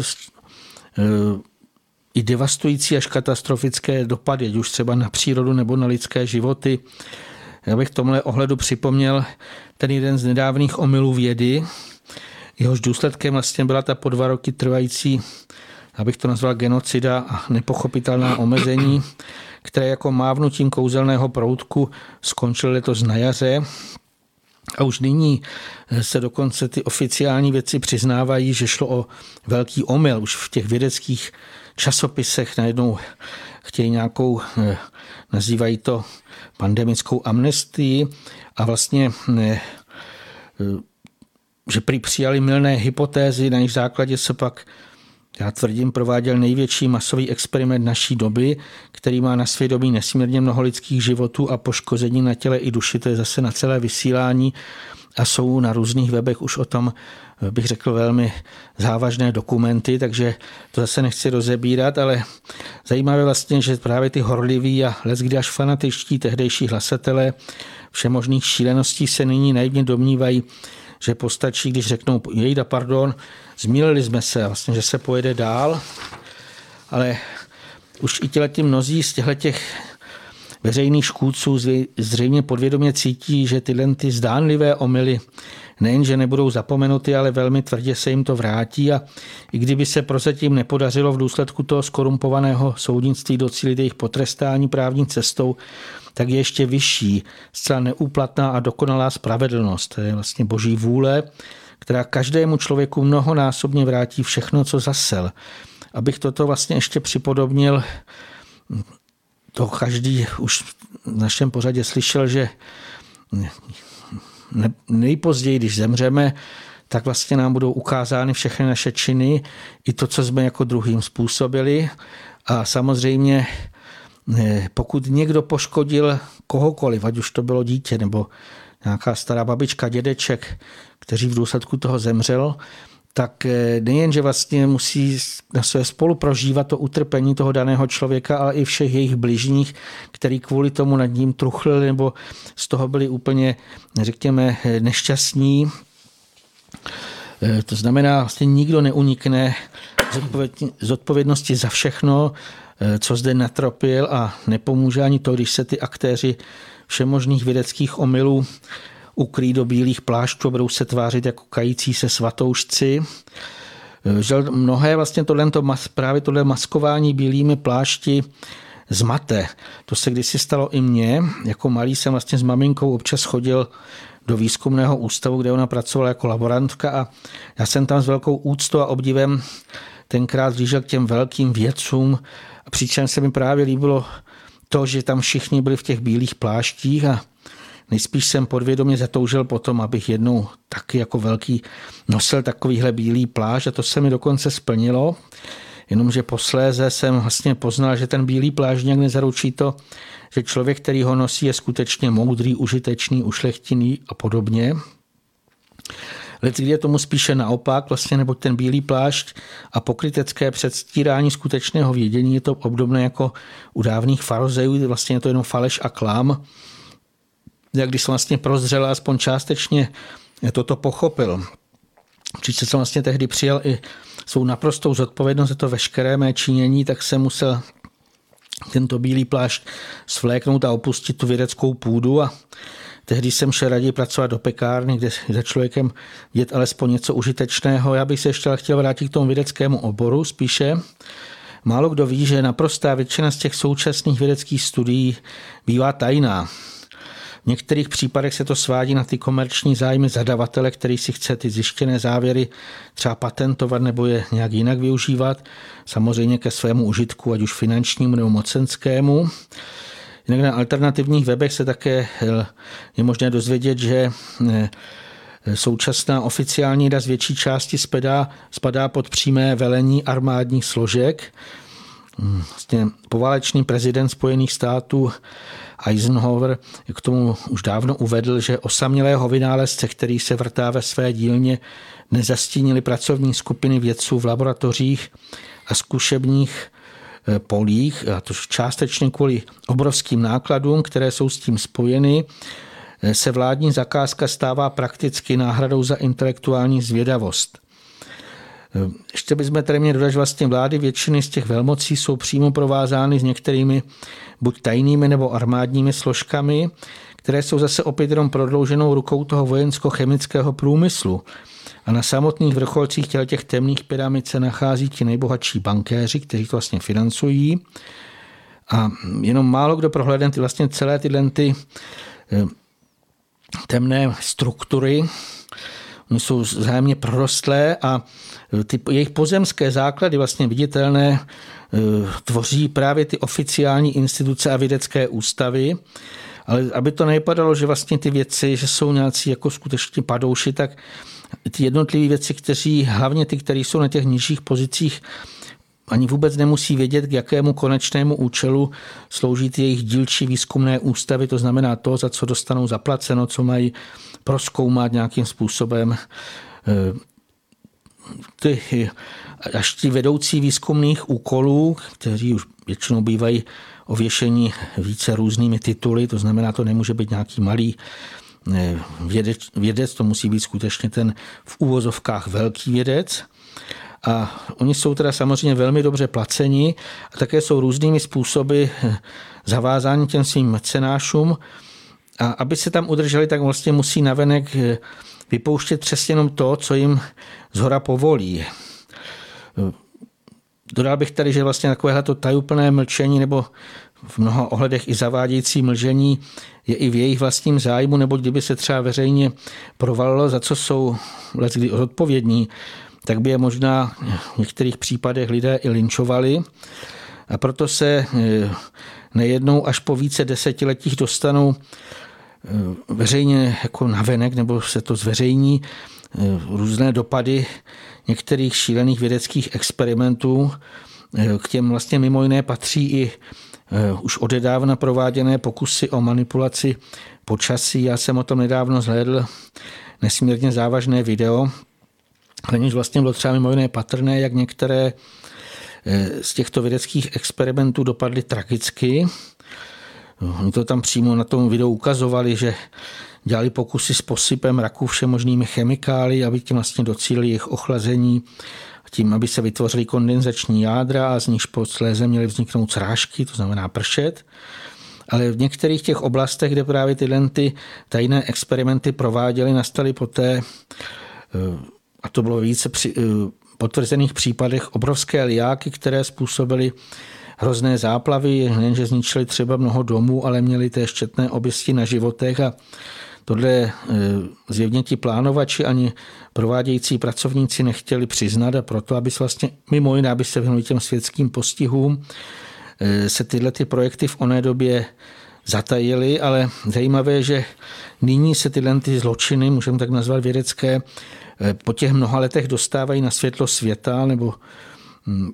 i devastující až katastrofické dopady, ať už třeba na přírodu nebo na lidské životy. Já bych v tomhle ohledu připomněl ten jeden z nedávných omylů vědy. Jehož důsledkem vlastně byla ta po dva roky trvající, abych to nazval genocida a nepochopitelná omezení, které jako mávnutím kouzelného proutku skončily letos na jaře. A už nyní se dokonce ty oficiální vědci přiznávají, že šlo o velký omyl. Už v těch vědeckých časopisech najednou chtějí nějakou, nazývají to pandemickou amnestii a vlastně, že prý přijali mylné hypotézy, na jejich základě se pak, já tvrdím, prováděl největší masový experiment naší doby, který má na svědomí nesmírně mnoho lidských životů a poškození na těle i duši, to je zase na celé vysílání a jsou na různých webech už o tom, bych řekl, velmi závažné dokumenty, takže to zase nechci rozebírat, ale zajímavé vlastně, že právě ty horliví a leckdy až fanatičtí tehdejší hlasatelé všemožných šíleností se nyní naivně domnívají, že postačí, když řeknou, jejda, pardon, zmýlili jsme se, vlastně, že se pojede dál, ale už i těhleti mnozí z těchto veřejných škůdců zřejmě podvědomě cítí, že tyhle ty zdánlivé omyly nejenže nebudou zapomenuty, ale velmi tvrdě se jim to vrátí a i kdyby se prozatím nepodařilo v důsledku toho skorumpovaného soudnictví docílit jejich potrestání právní cestou, tak je ještě vyšší, zcela neúplatná a dokonalá spravedlnost. To je vlastně boží vůle, která každému člověku mnohonásobně vrátí všechno, co zasel. Abych toto vlastně ještě připodobnil, to každý už v našem pořadě slyšel, že nejpozději, když zemřeme, tak vlastně nám budou ukázány všechny naše činy, i to, co jsme jako druhým způsobili. A samozřejmě, pokud někdo poškodil kohokoliv, ať už to bylo dítě nebo nějaká stará babička, dědeček, kteří v důsledku toho zemřel, tak nejen, že vlastně musí na své spolu prožívat to utrpení toho daného člověka, ale i všech jejich bližních, který kvůli tomu nad ním truchlili nebo z toho byli úplně, řekněme, nešťastní. To znamená, vlastně nikdo neunikne z odpovědnosti za všechno, co zde natropil a nepomůže ani to, když se ty aktéři všemožných vědeckých omylů ukryjí do bílých plášťů a budou se tvářit jako kající se svatoušci. Žel mnohé vlastně tohle, právě tohle maskování bílými plášti zmate. To se kdysi stalo i mně. Jako malý jsem vlastně s maminkou občas chodil do výzkumného ústavu, kde ona pracovala jako laborantka a já jsem tam s velkou úctou a obdivem tenkrát zlížel k těm velkým vědcům a přičem se mi právě líbilo to, že tam všichni byli v těch bílých pláštích a nejspíš jsem podvědomě zatoužil potom, abych jednou taky jako velký nosil takovýhle bílý plášť a to se mi dokonce splnilo. jenomže posléze jsem vlastně poznal, že ten bílý plášť nějak nezaručí to, že člověk, který ho nosí, je skutečně moudrý, užitečný, ušlechtilý a podobně. Leckdy je tomu spíše naopak, vlastně, neboť ten bílý plášť a pokrytecké předstírání skutečného vědění je to obdobné jako u dávných farizejů, vlastně je to jenom faleš a klam. Jak když jsem vlastně prozřel aspoň částečně toto pochopil. Přičemž jsem vlastně tehdy přijal i svou naprostou zodpovědnost za to veškeré mé činění, tak jsem musel tento bílý plášť svléknout a opustit tu vědeckou půdu a tehdy jsem šel raději pracovat do pekárny, kde za člověkem vidět alespoň něco užitečného. Já bych se ještě chtěl vrátit k tomu vědeckému oboru spíše. Málo kdo ví, že naprostá většina z těch současných vědeckých studií bývá tajná. V některých případech se to svádí na ty komerční zájmy zadavatele, který si chce ty zjištěné závěry třeba patentovat nebo je nějak jinak využívat, samozřejmě ke svému užitku, ať už finančnímu nebo mocenskému. Jinak na alternativních webech se také je možné dozvědět, že současná oficiální rada z větší části spadá, spadá pod přímé velení armádních složek. Vlastně poválečný prezident Spojených států Eisenhower k tomu už dávno uvedl, že osamělého vynálezce, který se vrtá ve své dílně, nezastínili pracovní skupiny vědců v laboratořích a zkušebních polích, a to částečně kvůli obrovským nákladům, které jsou s tím spojeny, se vládní zakázka stává prakticky náhradou za intelektuální zvědavost. Ještě bychom tady měli dodat, že vlastně vlády většiny z těch velmocí jsou přímo provázány s některými buď tajnými nebo armádními složkami, které jsou zase opět jenom prodlouženou rukou toho vojensko-chemického průmyslu. A na samotných vrcholcích těch temných pyramid se nachází ti nejbohatší bankéři, kteří to vlastně financují. A jenom málo kdo prohlédne ty vlastně celé tyhle ty temné struktury. Oni jsou vzájemně prorostlé a ty jejich pozemské základy vlastně viditelné tvoří právě ty oficiální instituce a vědecké ústavy. Ale aby to nevypadalo, že vlastně ty věci, že jsou nějací jako skutečně padouši, tak ty jednotlivé věci, kteří, hlavně ty, které jsou na těch nižších pozicích, ani vůbec nemusí vědět, k jakému konečnému účelu slouží ty jejich dílčí výzkumné ústavy, to znamená to, za co dostanou zaplaceno, co mají prozkoumat nějakým způsobem. Ty, až ti vedoucí výzkumných úkolů, kteří už většinou bývají ověšení více různými tituly, to znamená, to nemůže být nějaký malý vědec, vědec, to musí být skutečně ten v úvozovkách velký vědec. A oni jsou teda samozřejmě velmi dobře placeni a také jsou různými způsoby zavázáni těm svým mecenášům. A aby se tam udrželi, tak vlastně musí navenek vypouštět přesně jenom to, co jim zhora povolí. Dodal bych tady, že vlastně takovéhleto tajuplné mlčení nebo v mnoha ohledech i zavádějící mlžení je i v jejich vlastním zájmu, nebo kdyby se třeba veřejně provalilo, za co jsou leckdy odpovědní, tak by je možná v některých případech lidé i linčovali. A proto se nejednou až po více desetiletích dostanou veřejně jako navenek, nebo se to zveřejní různé dopady některých šílených vědeckých experimentů. K těm vlastně mimo jiné patří i už odedávna prováděné pokusy o manipulaci počasí. Já jsem o tom nedávno zhlédl nesmírně závažné video, ale než vlastně bylo třeba mimo jiné patrné, jak některé z těchto vědeckých experimentů dopadly tragicky. Oni to tam přímo na tom videu ukazovali, že dělali pokusy s posypem raků všemožnými chemikály, aby tím vlastně docílili jejich ochlazení, tím, aby se vytvořily kondenzační jádra a z nichž posléze měly vzniknout srážky, to znamená pršet. Ale v některých těch oblastech, kde právě tyhle ty tajné experimenty prováděly, nastaly poté, a to bylo více při potvrzených případech, obrovské liáky, které způsobily hrozné záplavy, nejenže zničili třeba mnoho domů, ale měli též četné oběsti na životech a tohle zjevně ti plánovači ani provádějící pracovníci nechtěli přiznat a proto, aby se vlastně mimo jiné, aby se vyhnuli těm světským postihům, se tyhle ty projekty v oné době zatajily, ale zajímavé je, že nyní se tyhle ty zločiny, můžeme tak nazvat vědecké, po těch mnoha letech dostávají na světlo světa, nebo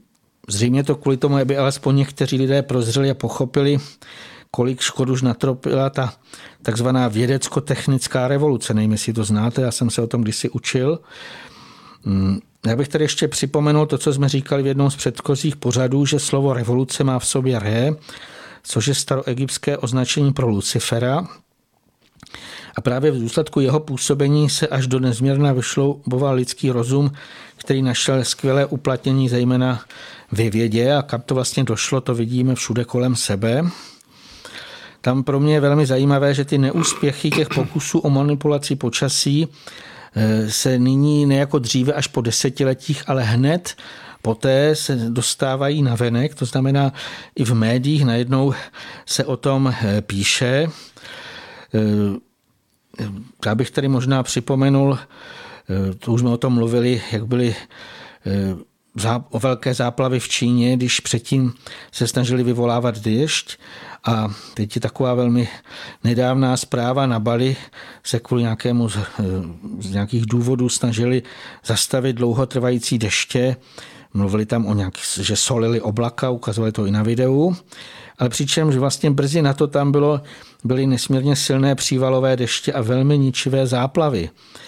zřejmě to kvůli tomu, aby alespoň někteří lidé prozřeli a pochopili, kolik škod už natropila ta takzvaná vědecko-technická revoluce. Nevím, jestli to znáte, já jsem se o tom kdysi učil. Já bych tady ještě připomenul to, co jsme říkali v jednom z předchozích pořadů, že slovo revoluce má v sobě re, což je staroegyptské označení pro Lucifera. A právě v důsledku jeho působení se až do nezměrna vyšlouboval lidský rozum, který našel skvělé uplatnění zejména ve vědě, a kam to vlastně došlo, to vidíme všude kolem sebe. Tam pro mě je velmi zajímavé, že ty neúspěchy těch pokusů o manipulaci počasí se nyní ne jako dříve až po desetiletích, ale hned poté se dostávají na venek, to znamená i v médiích najednou se o tom píše. Já bych tady možná připomenul, to už jsme o tom mluvili, jak byly o velké záplavy v Číně, když předtím se snažili vyvolávat déšť, a teď je taková velmi nedávná zpráva, na Bali se kvůli nějakému z, z nějakých důvodů snažili zastavit dlouhotrvající deště. Mluvili tam o nějak, že solili oblaka, ukazovali to i na videu, ale přičemž vlastně brzy na to tam bylo, byly nesmírně silné přívalové deště a velmi ničivé záplavy.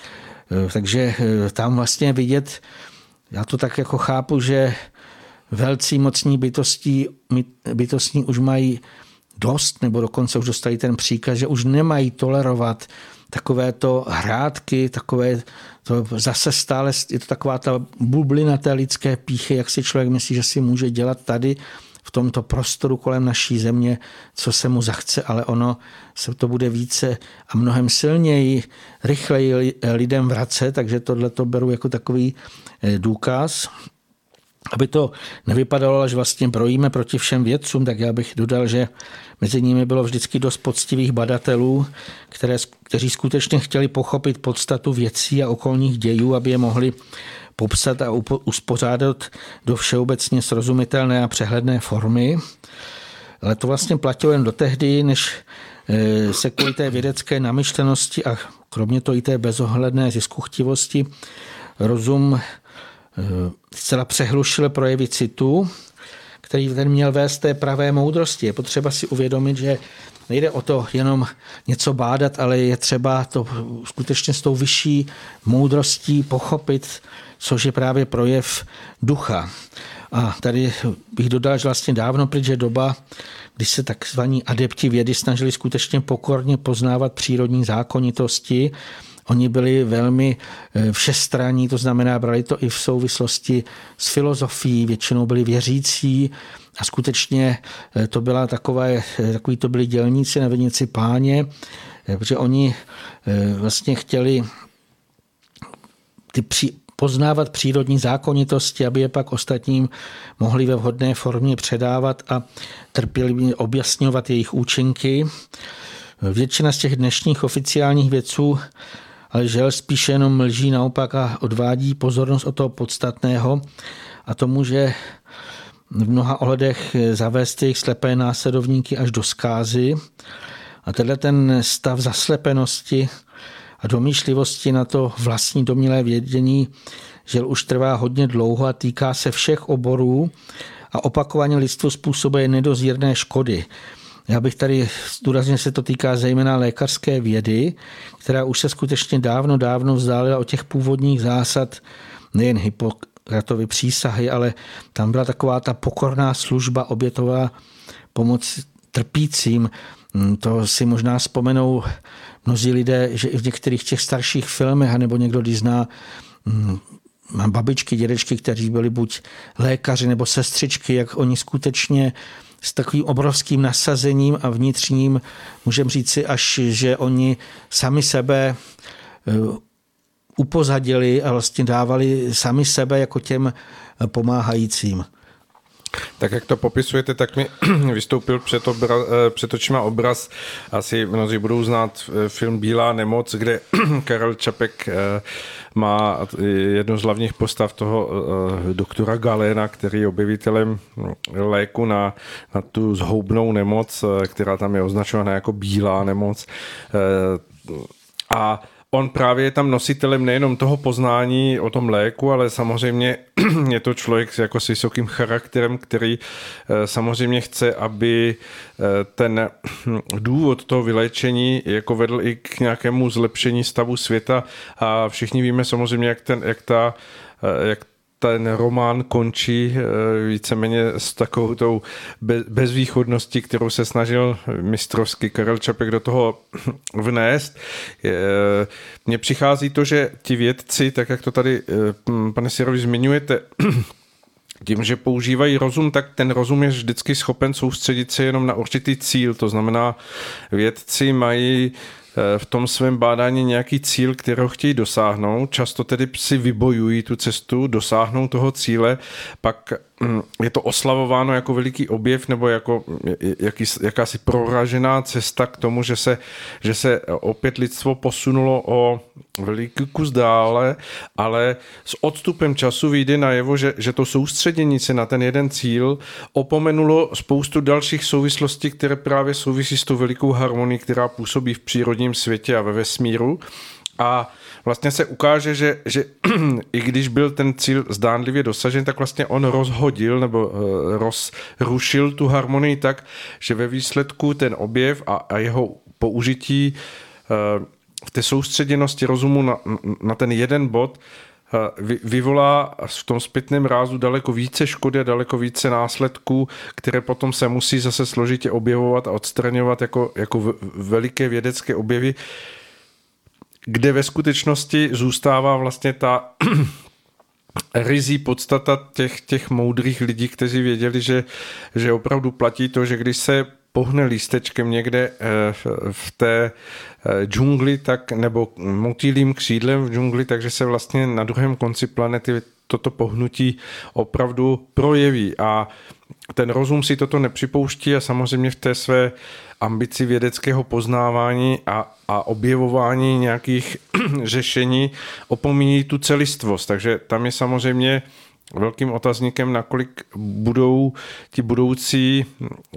Takže tam vlastně vidět, já to tak jako chápu, že velcí mocní bytostí, bytostní už mají dost, nebo dokonce už dostali ten příkaz, že už nemají tolerovat takovéto hrátky, takové to zase stále je to taková ta bublina té lidské pýchy, jak si člověk myslí, že si může dělat tady v tomto prostoru kolem naší země, co se mu zachce, ale ono se to bude více a mnohem silněji, rychleji lidem vracet, takže tohle to beru jako takový důkaz. Aby to nevypadalo, že vlastně brojíme proti všem vědcům, tak já bych dodal, že mezi nimi bylo vždycky dost poctivých badatelů, které, kteří skutečně chtěli pochopit podstatu věcí a okolních dějů, aby je mohli popsat a uspořádat do všeobecně srozumitelné a přehledné formy. Ale to vlastně platilo jen do tehdy, než se kvůli té vědecké namyšlenosti a kromě toho i té bezohledné ziskuchtivosti rozum zcela přehlušil projevy citu, který ten měl vést té pravé moudrosti. Je potřeba si uvědomit, že nejde o to jenom něco bádat, ale je třeba to skutečně s tou vyšší moudrostí pochopit, což je právě projev ducha. A tady bych dodal, že vlastně dávno pryč je doba, kdy se takzvaní adepti vědy snažili skutečně pokorně poznávat přírodní zákonitosti. Oni byli velmi všestranní, to znamená, brali to i v souvislosti s filozofií, většinou byli věřící a skutečně to byla takové, takový to byli dělníci na vinici páně, protože oni vlastně chtěli ty při, poznávat přírodní zákonitosti, aby je pak ostatním mohli ve vhodné formě předávat a trpělivě objasňovat jejich účinky. Většina z těch dnešních oficiálních vědců ale žel spíše jenom mlží naopak a odvádí pozornost od toho podstatného a tomu, že v mnoha ohledech zavést jejich slepé následovníky až do zkázy. A tenhle ten stav zaslepenosti a domýšlivosti na to vlastní domnělé vědění, že už trvá hodně dlouho a týká se všech oborů a opakovaně lidstvu způsobuje nedozírné škody. Já bych tady zdůraznil, že se to týká zejména lékařské vědy, která už se skutečně dávno, dávno vzdálila od těch původních zásad nejen Hippokratovy přísahy, ale tam byla taková ta pokorná služba, obětová pomoc trpícím. To si možná vzpomenou mnozí lidé, že i v některých těch starších filmech, nebo někdo, když zná, mám babičky, dědečky, kteří byli buď lékaři nebo sestřičky, jak oni skutečně s takovým obrovským nasazením a vnitřním, můžeme říci až, že oni sami sebe upozadili a vlastně dávali sami sebe jako těm pomáhajícím. Tak jak to popisujete, tak mi vystoupil před, obraz, před očima obraz, asi mnozí budou znát film Bílá nemoc, kde Karel Čapek má jednu z hlavních postav toho doktora Galena, který je objevitelem léku na, na tu zhoubnou nemoc, která tam je označována jako bílá nemoc. A on právě je tam nositelem nejenom toho poznání o tom léku, ale samozřejmě je to člověk jako s vysokým charakterem, který samozřejmě chce, aby ten důvod toho vyléčení jako vedl i k nějakému zlepšení stavu světa a všichni víme samozřejmě, jak, ten, jak ta jak ten román končí víceméně s takovou tou bezvýchodností, kterou se snažil mistrovský Karel Čapek do toho vnést. Mně přichází to, že ti vědci, tak jak to tady, pane Sirovi, zmiňujete, tím, že používají rozum, tak ten rozum je vždycky schopen soustředit se jenom na určitý cíl. To znamená, vědci mají v tom svém bádání nějaký cíl, kterého chtějí dosáhnout. Často tedy si vybojují tu cestu, dosáhnou toho cíle, pak je to oslavováno jako veliký objev nebo jako jaký, jakási proražená cesta k tomu, že se, že se opět lidstvo posunulo o veliký kus dále, ale s odstupem času vyjde najevo, že, že to soustředění se na ten jeden cíl opomenulo spoustu dalších souvislostí, které právě souvisí s tou velikou harmonií, která působí v přírodním světě a ve vesmíru. A vlastně se ukáže, že, že i když byl ten cíl zdánlivě dosažen, tak vlastně on rozhodil nebo rozrušil tu harmonii tak, že ve výsledku ten objev a, a jeho použití v té soustředěnosti rozumu na, na ten jeden bod vyvolá v tom zpětném rázu daleko více škody a daleko více následků, které potom se musí zase složitě objevovat a odstraňovat jako, jako veliké vědecké objevy, kde ve skutečnosti zůstává vlastně ta rizí podstata těch, těch moudrých lidí, kteří věděli, že, že opravdu platí to, že když se pohne lístečkem někde v té džungli, tak, nebo motýlím křídlem v džungli, takže se vlastně na druhém konci planety toto pohnutí opravdu projeví a ten rozum si toto nepřipouští a samozřejmě v té své ambici vědeckého poznávání a, a objevování nějakých řešení opomíjí tu celistvost. Takže tam je samozřejmě velkým otazníkem, nakolik budou ti budoucí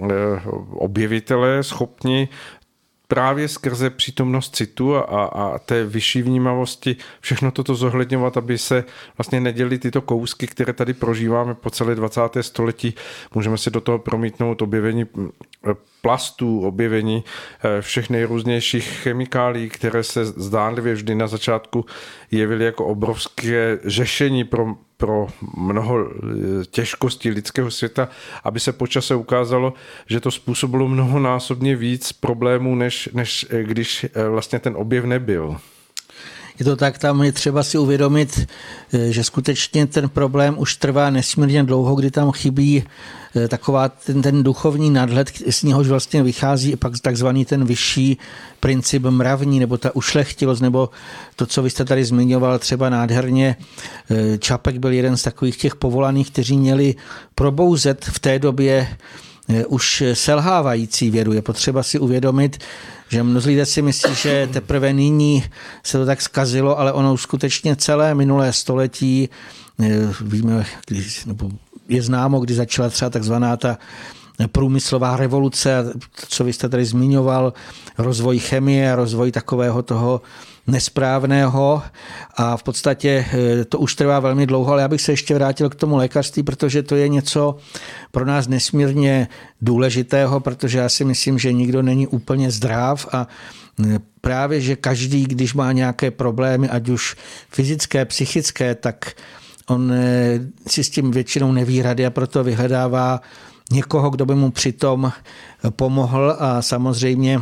objevitelé schopni právě skrze přítomnost citu a, a té vyšší vnímavosti všechno toto zohledňovat, aby se vlastně neděly tyto kousky, které tady prožíváme po celé dvacáté století. Můžeme si do toho promítnout objevení plastů, objevení všech nejrůznějších chemikálií, které se zdánlivě vždy na začátku jevily jako obrovské řešení pro pro mnoho těžkostí lidského světa, aby se po čase ukázalo, že to způsobilo mnohonásobně víc problémů, než, než když vlastně ten objev nebyl. Je to tak, tam je třeba si uvědomit, že skutečně ten problém už trvá nesmírně dlouho, kdy tam chybí taková ten, ten duchovní nadhled, z něhož vlastně vychází pak takzvaný ten vyšší princip mravní, nebo ta ušlechtilost, nebo to, co vy jste tady zmiňoval třeba nádherně. Čapek byl jeden z takových těch povolaných, kteří měli probouzet v té době už selhávající vědu. Je potřeba si uvědomit, že mnozí lidé si myslí, že teprve nyní se to tak zkazilo, ale ono už skutečně celé minulé století, víme, když, nebo je známo, kdy začala třeba takzvaná ta průmyslová revoluce, co vy jste tady zmiňoval, rozvoj chemie, rozvoj takového toho nesprávného a v podstatě to už trvá velmi dlouho, ale já bych se ještě vrátil k tomu lékařství, protože to je něco pro nás nesmírně důležitého, protože já si myslím, že nikdo není úplně zdrav a právě, že každý, když má nějaké problémy, ať už fyzické, psychické, tak on si s tím většinou neví rady a proto vyhledává někoho, kdo by mu přitom pomohl a samozřejmě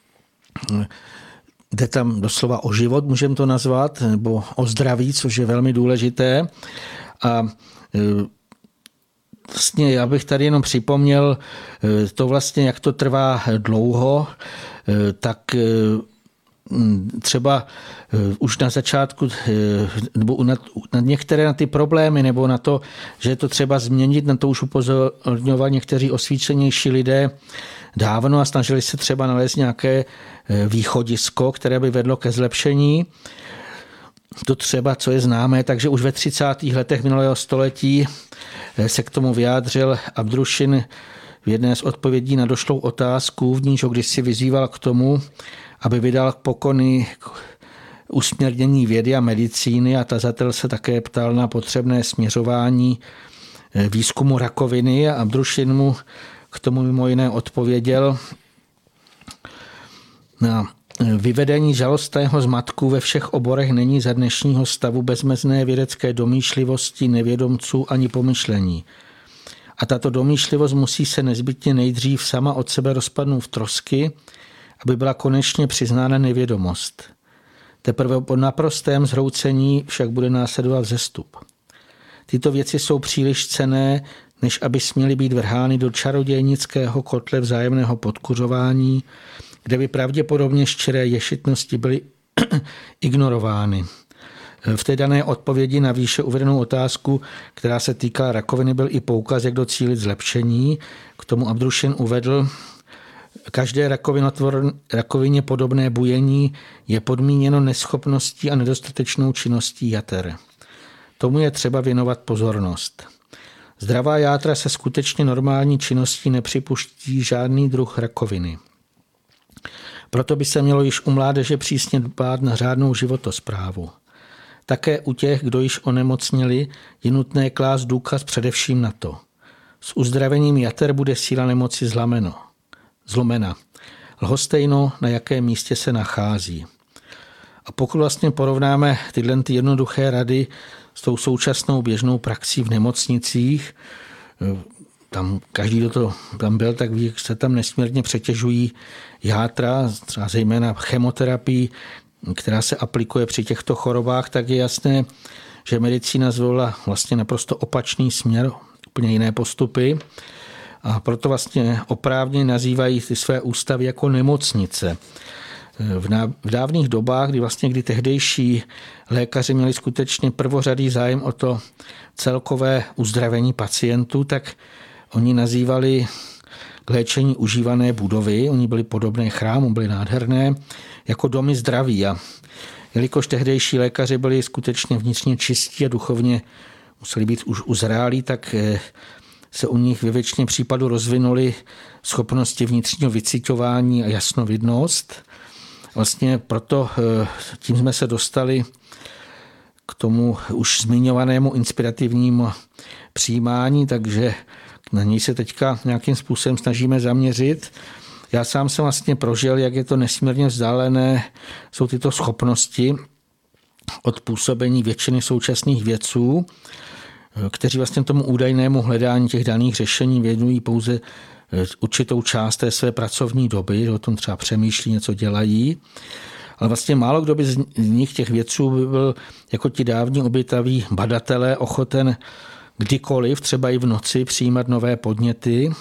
jde tam doslova o život, můžeme to nazvat, nebo o zdraví, což je velmi důležité. A vlastně já bych tady jenom připomněl to vlastně, jak to trvá dlouho, tak třeba už na začátku, nebo na, na některé na ty problémy, nebo na to, že je to třeba změnit, na to už upozorňovali někteří osvícenější lidé dávno a snažili se třeba nalézt nějaké východisko, které by vedlo ke zlepšení. To třeba, co je známé, takže už ve třicátých letech minulého století se k tomu vyjádřil Abdrušin v jedné z odpovědí na došlou otázku, v níž ho kdysi vyzýval k tomu, aby vydal pokony usměrnění vědy a medicíny a tazatel se také ptal na potřebné směřování výzkumu rakoviny a Abdrušin mu k tomu mimo jiné odpověděl: na vyvedení žalostného zmatku ve všech oborech není za dnešního stavu bezmezné vědecké domýšlivosti nevědomců ani pomyšlení. A tato domýšlivost musí se nezbytně nejdřív sama od sebe rozpadnout v trosky, aby byla konečně přiznána nevědomost. Teprve po naprostém zhroucení však bude následovat vzestup. Tyto věci jsou příliš cenné, než aby směly být vrhány do čarodějnického kotle vzájemného podkuřování, kde by pravděpodobně štěré ješitnosti byly ignorovány. V té dané odpovědi na výše uvedenou otázku, která se týkala rakoviny, byl i poukaz, jak docílit zlepšení. K tomu Abdrušin uvedl: každé rakovině podobné bujení je podmíněno neschopností a nedostatečnou činností jater. Tomu je třeba věnovat pozornost. Zdravá játra se skutečně normální činností nepřipuští žádný druh rakoviny. Proto by se mělo již u mládeže přísně dbát na řádnou životosprávu. Také u těch, kdo již onemocněli, je nutné klást důkaz především na to. S uzdravením jater bude síla nemoci zlameno, zlomena. Lhostejno, na jakém místě se nachází. A pokud vlastně porovnáme tyhle ty jednoduché rady s tou současnou běžnou praxí v nemocnicích, tam každý, kdo to tam byl, tak ví, že se tam nesmírně přetěžují játra, třeba zejména chemoterapii, která se aplikuje při těchto chorobách, tak je jasné, že medicína zvolila vlastně naprosto opačný směr, úplně jiné postupy. A proto vlastně oprávně nazývají ty své ústavy jako nemocnice. V dávných dobách, kdy vlastně kdy tehdejší lékaři měli skutečně prvořadý zájem o to celkové uzdravení pacientů, tak oni nazývali k léčení užívané budovy, oni byli podobné chrámu, byly nádherné, jako domy zdraví. A jelikož tehdejší lékaři byli skutečně vnitřně čistí a duchovně museli být už uzrálí, tak se u nich ve většině případů rozvinuly schopnosti vnitřního vyciťování a jasnovidnost. Vlastně proto tím jsme se dostali k tomu už zmiňovanému inspirativnímu přijímání, takže na něj se teďka nějakým způsobem snažíme zaměřit. Já sám jsem vlastně prožil, jak je to nesmírně vzdálené, jsou tyto schopnosti od působení většiny současných vědců, kteří vlastně tomu údajnému hledání těch daných řešení věnují pouze určitou část té své pracovní doby, že o tom třeba přemýšlí, něco dělají. Ale vlastně málo kdo by z nich těch vědců by byl jako ti dávní obětaví badatelé ochoten kdykoliv, třeba i v noci, přijímat nové podněty.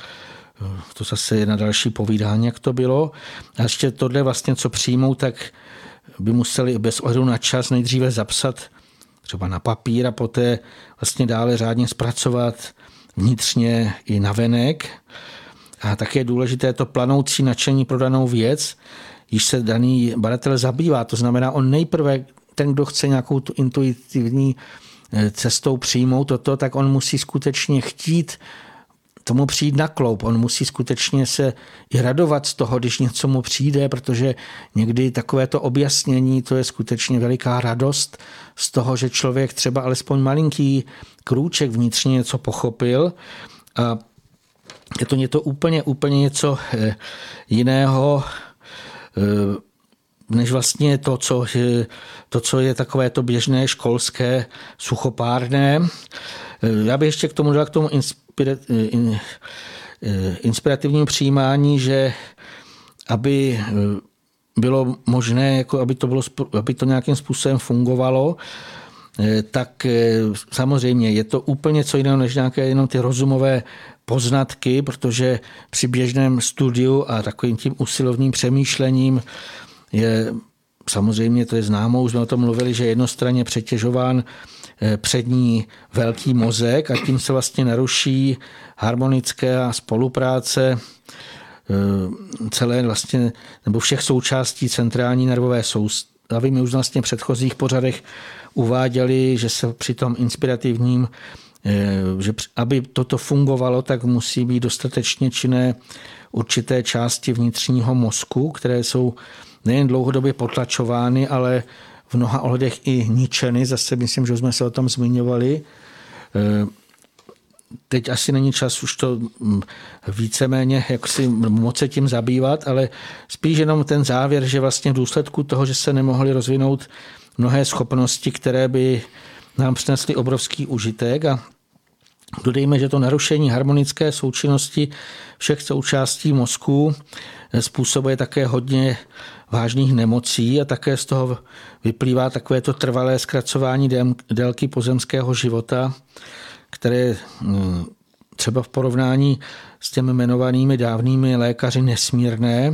To zase je na další povídání, jak to bylo. A ještě tohle vlastně, co přijmou, tak by museli bez ohledu na čas nejdříve zapsat třeba na papír a poté vlastně dále řádně zpracovat vnitřně i navenek. A také je důležité to planoucí nadšení pro danou věc, již se daný badatel zabývá. To znamená, on nejprve, ten, kdo chce nějakou tu intuitivní cestou přijmout toto, tak on musí skutečně chtít tomu přijít na kloup. On musí skutečně se i radovat z toho, když něco mu přijde, protože někdy takovéto objasnění, to je skutečně veliká radost z toho, že člověk třeba alespoň malinký krůček vnitřně něco pochopil. A je to něco úplně, úplně něco jiného, než vlastně to, co, to, co je takové to běžné školské suchopárné. Já bych ještě k tomu dal k tomu inspira, in, inspirativnímu přijímání, že aby bylo možné, jako aby, to bylo, aby to nějakým způsobem fungovalo, tak samozřejmě je to úplně co jiného než nějaké jenom ty rozumové poznatky, protože při běžném studiu a takovým tím usilovným přemýšlením je samozřejmě, to je známo, už jsme o tom mluvili, že jednostranně přetěžován přední velký mozek a tím se vlastně naruší harmonická spolupráce celé vlastně, nebo všech součástí centrální nervové soustavy. My už vlastně v předchozích pořadech uváděli, že se při tom inspirativním, že aby toto fungovalo, tak musí být dostatečně činné určité části vnitřního mozku, které jsou nejen dlouhodobě potlačovány, ale v mnoha ohledech i ničeny. Zase myslím, že jsme se o tom zmiňovali. Teď asi není čas už to víceméně jak si moc se tím zabývat, ale spíš jenom ten závěr, že vlastně v důsledku toho, že se nemohly rozvinout mnohé schopnosti, které by nám přinesly obrovský užitek, a dodejme, že to narušení harmonické součinnosti všech součástí mozku způsobuje také hodně vážných nemocí a také z toho vyplývá takové to trvalé zkracování délky pozemského života, které třeba v porovnání s těmi jmenovanými dávnými lékaři nesmírné.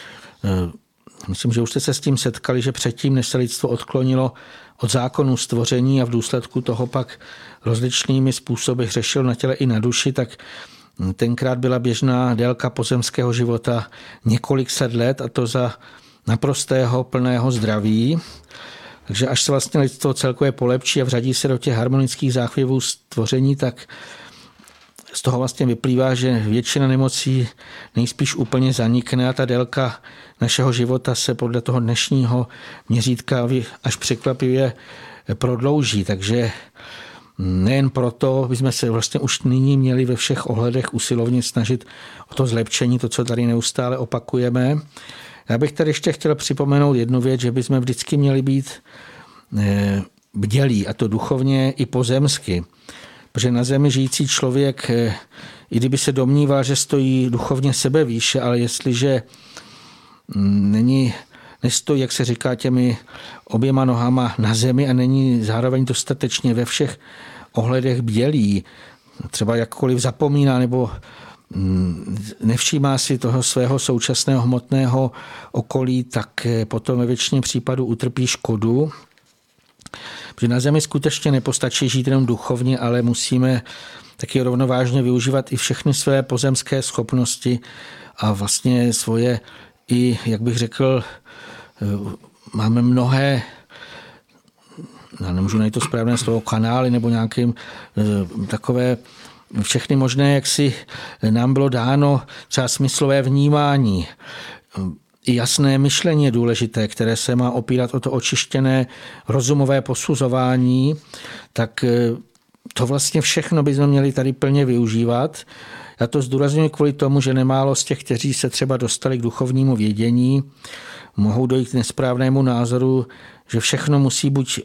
Myslím, že už jste se s tím setkali, že předtím, než se lidstvo odklonilo od zákonu stvoření a v důsledku toho pak rozličnými způsoby hřešil na těle i na duši, tak tenkrát byla běžná délka pozemského života několik set let, a to za naprostého plného zdraví. Takže až se vlastně lidstvo celkově polepší a vřadí se do těch harmonických záchvěvů stvoření, tak z toho vlastně vyplývá, že většina nemocí nejspíš úplně zanikne a ta délka našeho života se podle toho dnešního měřítka až překvapivě prodlouží. Takže nejen proto bychom se vlastně už nyní měli ve všech ohledech usilovně snažit o to zlepšení, to, co tady neustále opakujeme. Já bych tady ještě chtěl připomenout jednu věc, že bychom vždycky měli být bdělí, a to duchovně i pozemsky. Protože na zemi žijící člověk, i kdyby se domníval, že stojí duchovně sebevýše, ale jestliže není, nestojí, jak se říká, těmi oběma nohama na zemi a není zároveň dostatečně ve všech ohledech bdělý, třeba jakkoliv zapomíná nebo nevšímá si toho svého současného hmotného okolí, tak potom ve většině případů utrpí škodu. Protože na zemi skutečně nepostačí žít jenom duchovně, ale musíme taky rovnovážně využívat i všechny své pozemské schopnosti a vlastně svoje i, jak bych řekl, máme mnohé, já nemůžu najít to správné slovo, kanály nebo nějakým takové všechny možné, jak si nám bylo dáno, třeba smyslové vnímání, i jasné myšlení je důležité, které se má opírat o to očištěné rozumové posuzování, tak to vlastně všechno bychom měli tady plně využívat. Já to zdůrazňuji kvůli tomu, že nemálo z těch, kteří se třeba dostali k duchovnímu vědění, mohou dojít k nesprávnému názoru, že všechno musí buď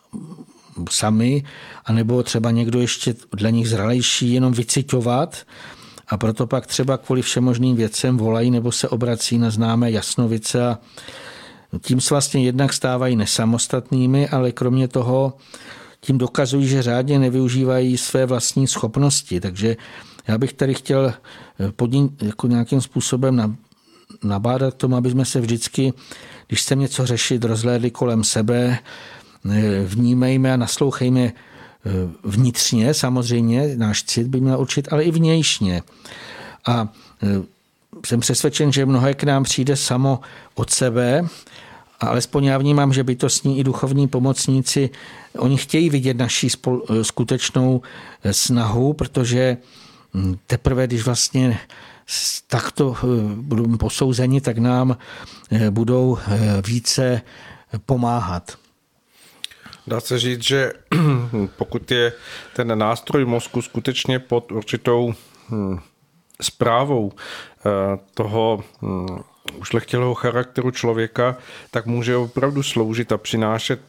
sami, anebo třeba někdo ještě dle nich zralejší jenom vyciťovat, a proto pak třeba kvůli všemožným věcem volají nebo se obrací na známé jasnovice a tím se vlastně jednak stávají nesamostatnými, ale kromě toho tím dokazují, že řádně nevyužívají své vlastní schopnosti. Takže já bych tady chtěl pod ním jako nějakým způsobem nabádat k tomu, aby jsme se vždycky, když chceme něco řešit, rozhlédli kolem sebe, vnímejme a naslouchejme vnitřně, samozřejmě, náš cit by měl určit, ale i vnějšně. A jsem přesvědčen, že mnohé k nám přijde samo od sebe, a alespoň já vnímám, že bytostní i duchovní pomocníci, oni chtějí vidět naši skutečnou snahu, protože teprve, když vlastně takto budou posouzeni, tak nám budou více pomáhat. Dá se říct, že pokud je ten nástroj mozku skutečně pod určitou správou toho ušlechtilého charakteru člověka, tak může opravdu sloužit a přinášet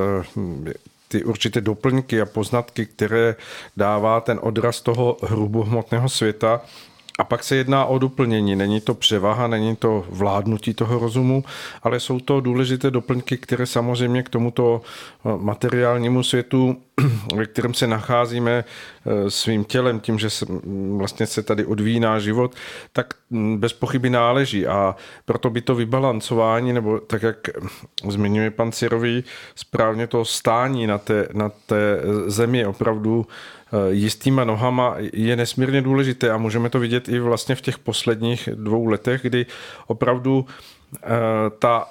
ty určité doplňky a poznatky, které dává ten odraz toho hrubohmotného světa. A pak se jedná o doplnění. Není to převaha, není to vládnutí toho rozumu, ale jsou to důležité doplňky, které samozřejmě k tomuto materiálnímu světu, ve kterém se nacházíme svým tělem, tím, že se, vlastně se tady odvíjí náš život, tak bez pochyby náleží. A proto by to vybalancování, nebo tak, jak zmiňuje pan Sirový, správně to stání na té, na té zemi opravdu jistýma nohama je nesmírně důležité a můžeme to vidět i vlastně v těch posledních dvou letech, kdy opravdu ta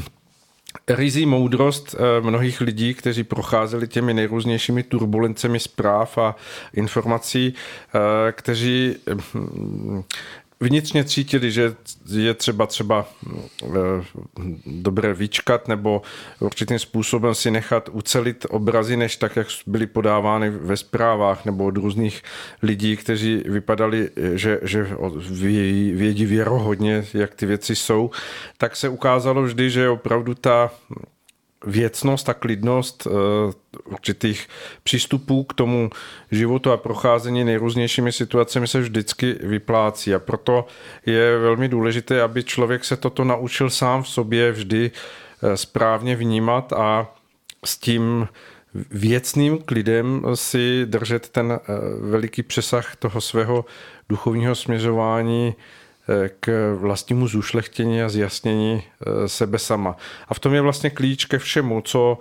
rizí moudrost mnohých lidí, kteří procházeli těmi nejrůznějšími turbulencemi zpráv a informací, kteří vnitřně cítili, že je třeba třeba dobré vyčkat nebo určitým způsobem si nechat ucelit obrazy, než tak, jak byly podávány ve zprávách nebo od různých lidí, kteří vypadali, že, že vědí věrohodně, jak ty věci jsou, tak se ukázalo vždy, že opravdu ta věcnost a klidnost určitých přístupů k tomu životu a procházení nejrůznějšími situacemi se vždycky vyplácí. A proto je velmi důležité, aby člověk se toto naučil sám v sobě vždy správně vnímat a s tím věcným klidem si držet ten veliký přesah toho svého duchovního směřování k vlastnímu zúšlechtění a zjasnění sebe sama. A v tom je vlastně klíč ke všemu, co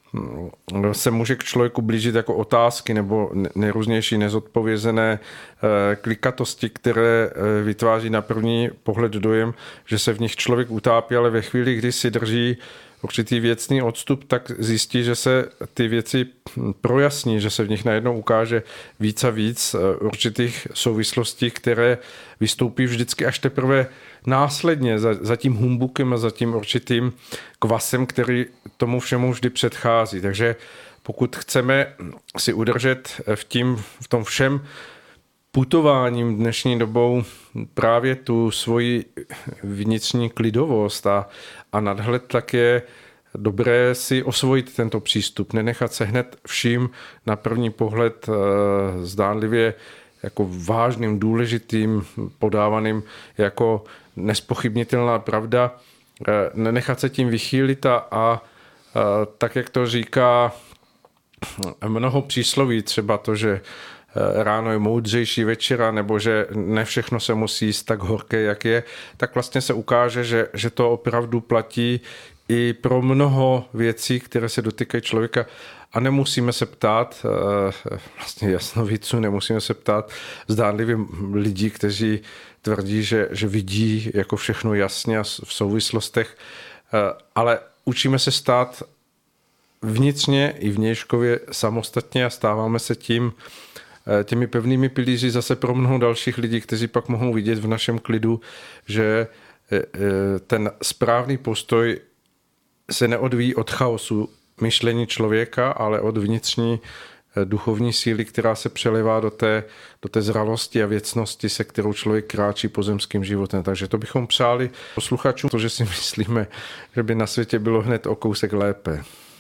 se může k člověku blížit jako otázky nebo nejrůznější nezodpovězené klikatosti, které vytváří na první pohled dojem, že se v nich člověk utápí, ale ve chvíli, kdy si drží určitý věcný odstup, tak zjistí, že se ty věci projasní, že se v nich najednou ukáže víc a víc určitých souvislostí, které vystoupí vždycky až teprve následně za, za tím humbukem a za tím určitým kvasem, který tomu všemu vždy předchází. Takže pokud chceme si udržet v, tím, v tom všem putováním dnešní dobou právě tu svoji vnitřní klidovost a, a nadhled, tak je dobré si osvojit tento přístup, nenechat se hned vším na první pohled zdánlivě jako vážným, důležitým, podávaným jako nespochybnitelná pravda, nenechat se tím vychýlit a, a tak, jak to říká mnoho přísloví, třeba to, že ráno je moudřejší večera, nebo že ne všechno se musí jíst tak horké, jak je, tak vlastně se ukáže, že, že to opravdu platí i pro mnoho věcí, které se dotýkají člověka. A nemusíme se ptát, vlastně jasnovidců, nemusíme se ptát zdánlivě lidí, kteří tvrdí, že, že vidí jako všechno jasně v souvislostech, ale učíme se stát vnitřně i vnějškově samostatně a stáváme se tím těmi pevnými pilíři zase pro mnoho dalších lidí, kteří pak mohou vidět v našem klidu, že ten správný postoj se neodvíjí od chaosu myšlení člověka, ale od vnitřní duchovní síly, která se přelevá do té, do té zralosti a věcnosti, se kterou člověk kráčí pozemským životem. Takže to bychom přáli posluchačům, protože si myslíme, že by na světě bylo hned o kousek lépe.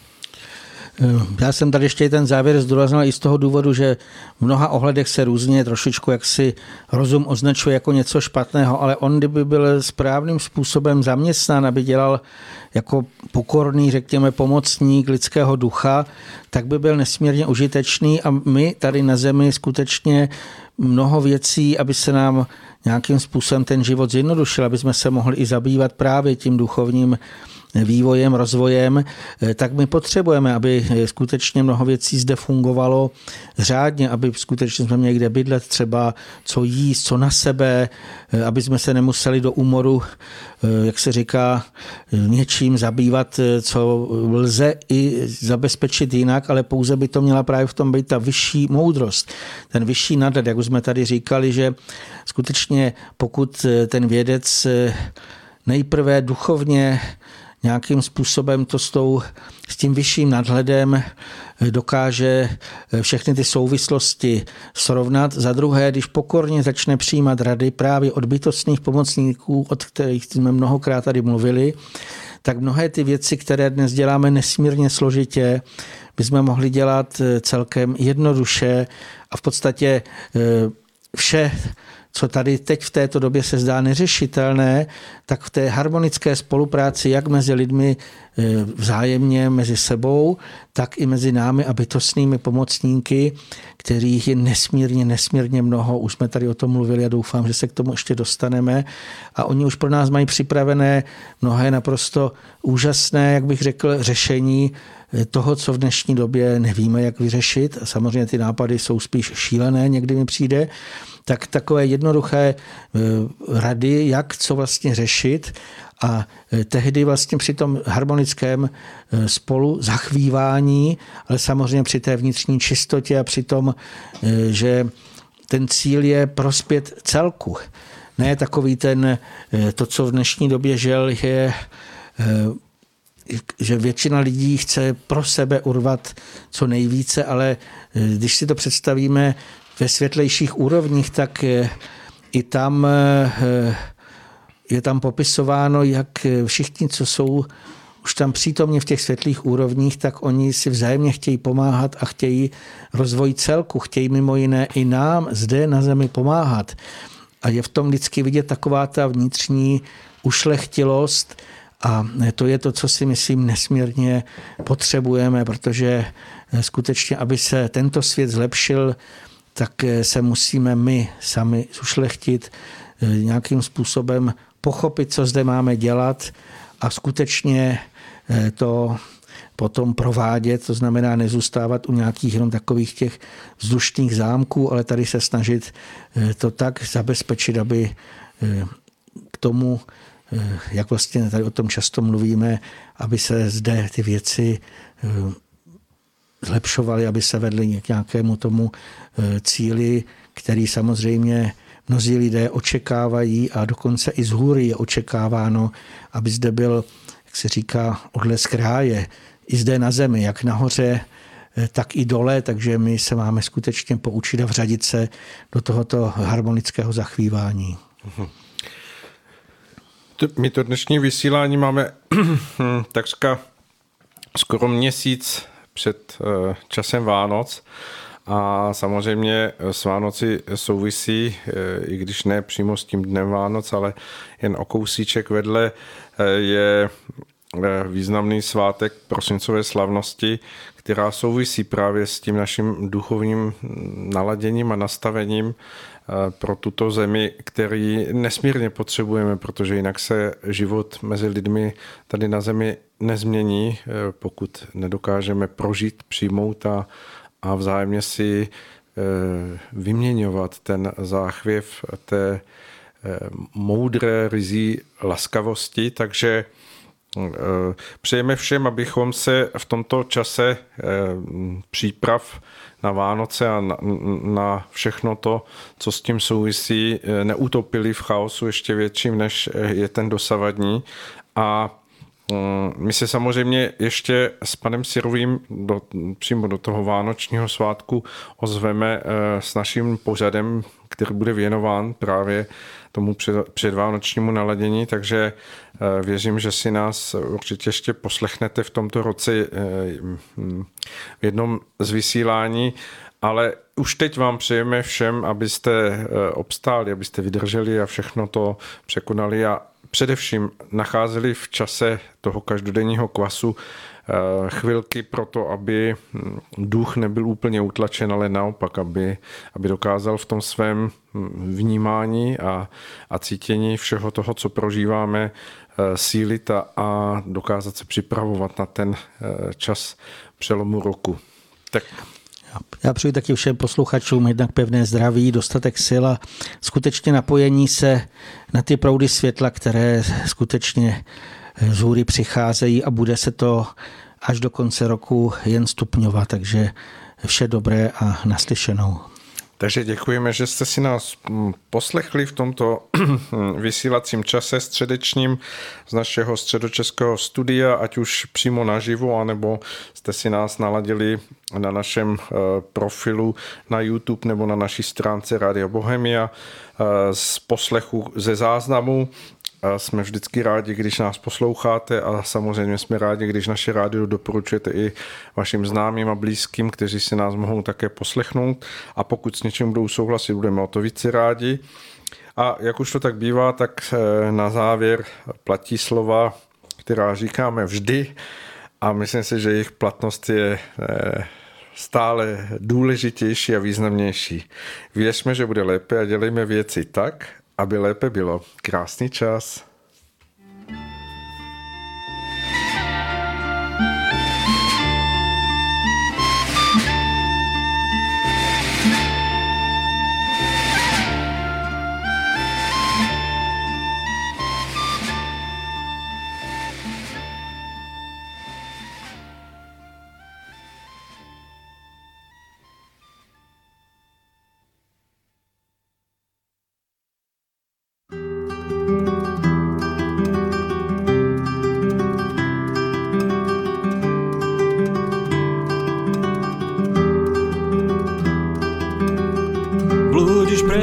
Já jsem tady ještě ten závěr zdůraznil i z toho důvodu, že v mnoha ohledech se různě trošičku jaksi rozum označuje jako něco špatného, ale on, kdyby byl správným způsobem zaměstnán, aby dělal jako pokorný, řekněme, pomocník lidského ducha, tak by byl nesmírně užitečný a my tady na zemi skutečně mnoho věcí, aby se nám nějakým způsobem ten život zjednodušil, aby jsme se mohli i zabývat právě tím duchovním vývojem, rozvojem, tak my potřebujeme, aby skutečně mnoho věcí zde fungovalo řádně, aby skutečně jsme měli kde bydlet, třeba co jíst, co na sebe, aby jsme se nemuseli do úmoru, jak se říká, něčím zabývat, co lze i zabezpečit jinak, ale pouze by to měla právě v tom být ta vyšší moudrost, ten vyšší nadhled, jak už jsme tady říkali, že skutečně pokud ten vědec nejprve duchovně nějakým způsobem to s, tou, s tím vyšším nadhledem dokáže všechny ty souvislosti srovnat. Za druhé, když pokorně začne přijímat rady právě od bytostných pomocníků, od kterých jsme mnohokrát tady mluvili, tak mnohé ty věci, které dnes děláme nesmírně složitě, bychom mohli dělat celkem jednoduše a v podstatě vše, co tady teď v této době se zdá neřešitelné, tak v té harmonické spolupráci jak mezi lidmi vzájemně, mezi sebou, tak i mezi námi a bytostnými pomocníky, kterých je nesmírně, nesmírně mnoho. Už jsme tady o tom mluvili a doufám, že se k tomu ještě dostaneme. A oni už pro nás mají připravené mnohé naprosto úžasné, jak bych řekl, řešení toho, co v dnešní době nevíme, jak vyřešit. Samozřejmě ty nápady jsou spíš šílené, někdy mi přijde. Tak takové jednoduché rady, jak co vlastně řešit a tehdy vlastně při tom harmonickém spolu zachvívání, ale samozřejmě při té vnitřní čistotě a při tom, že ten cíl je prospět celku. ne takový ten, to, co v dnešní době žel, je, že většina lidí chce pro sebe urvat co nejvíce, ale když si to představíme ve světlejších úrovních, tak i tam je tam popisováno, jak všichni, co jsou už tam přítomně v těch světlých úrovních, tak oni si vzájemně chtějí pomáhat a chtějí rozvoj celku, chtějí mimo jiné i nám zde na zemi pomáhat. A je v tom vždycky vidět taková ta vnitřní ušlechtilost a to je to, co si myslím nesmírně potřebujeme, protože skutečně, aby se tento svět zlepšil, tak se musíme my sami zušlechtit, nějakým způsobem pochopit, co zde máme dělat a skutečně to potom provádět, to znamená nezůstávat u nějakých jenom takových těch vzdušných zámků, ale tady se snažit to tak zabezpečit, aby k tomu, jak vlastně tady o tom často mluvíme, aby se zde ty věci zlepšovaly, aby se vedly k nějakému tomu cíli, který samozřejmě mnozí lidé očekávají a dokonce i z hůry je očekáváno, aby zde byl, jak se říká, odlesk ráje, i zde na zemi, jak nahoře, tak i dole, takže my se máme skutečně poučit a vřadit se do tohoto harmonického zachvívání. My to dnešní vysílání máme takřka skoro měsíc před časem Vánoc a samozřejmě s Vánoci souvisí, i když ne přímo s tím dnem Vánoc, ale jen o kousíček vedle je významný svátek prosincové slavnosti, která souvisí právě s tím naším duchovním naladěním a nastavením pro tuto zemi, který nesmírně potřebujeme, protože jinak se život mezi lidmi tady na zemi nezmění, pokud nedokážeme prožít, přijmout a, a vzájemně si vyměňovat ten záchvěv té moudré ryzí laskavosti, takže přejeme všem, abychom se v tomto čase příprav na Vánoce a na, na všechno to, co s tím souvisí, neutopili v chaosu ještě větším, než je ten dosavadní. A my se samozřejmě ještě s panem Sirovým do, přímo do toho vánočního svátku ozveme s naším pořadem, který bude věnován právě tomu před, předvánočnímu naladění, takže věřím, že si nás určitě ještě poslechnete v tomto roce v jednom z vysílání, ale už teď vám přejeme všem, abyste obstáli, abyste vydrželi a všechno to překonali a především nacházeli v čase toho každodenního kvasu chvilky pro to, aby duch nebyl úplně utlačen, ale naopak, aby, aby dokázal v tom svém vnímání a, a cítění všeho toho, co prožíváme, sílit a, a dokázat se připravovat na ten čas přelomu roku. Tak já přeji taky všem posluchačům jednak pevné zdraví, dostatek sil a skutečně napojení se na ty proudy světla, které skutečně z hůry přicházejí a bude se to až do konce roku jen stupňovat, takže vše dobré a naslyšenou. Takže děkujeme, že jste si nás poslechli v tomto vysílacím čase středečním z našeho středočeského studia, ať už přímo naživo, anebo jste si nás naladili na našem profilu na YouTube nebo na naší stránce Rádia Bohemia z poslechu ze záznamu. Jsme vždycky rádi, když nás posloucháte a samozřejmě jsme rádi, když naše rádio doporučujete i vašim známým a blízkým, kteří si nás mohou také poslechnout a pokud s něčím budou souhlasit, budeme o to více rádi. A jak už to tak bývá, tak na závěr platí slova, která říkáme vždy a myslím si, že jejich platnost je stále důležitější a významnější. Věřme, že bude lépe a dělejme věci tak, aby lépe bylo. Krásný čas.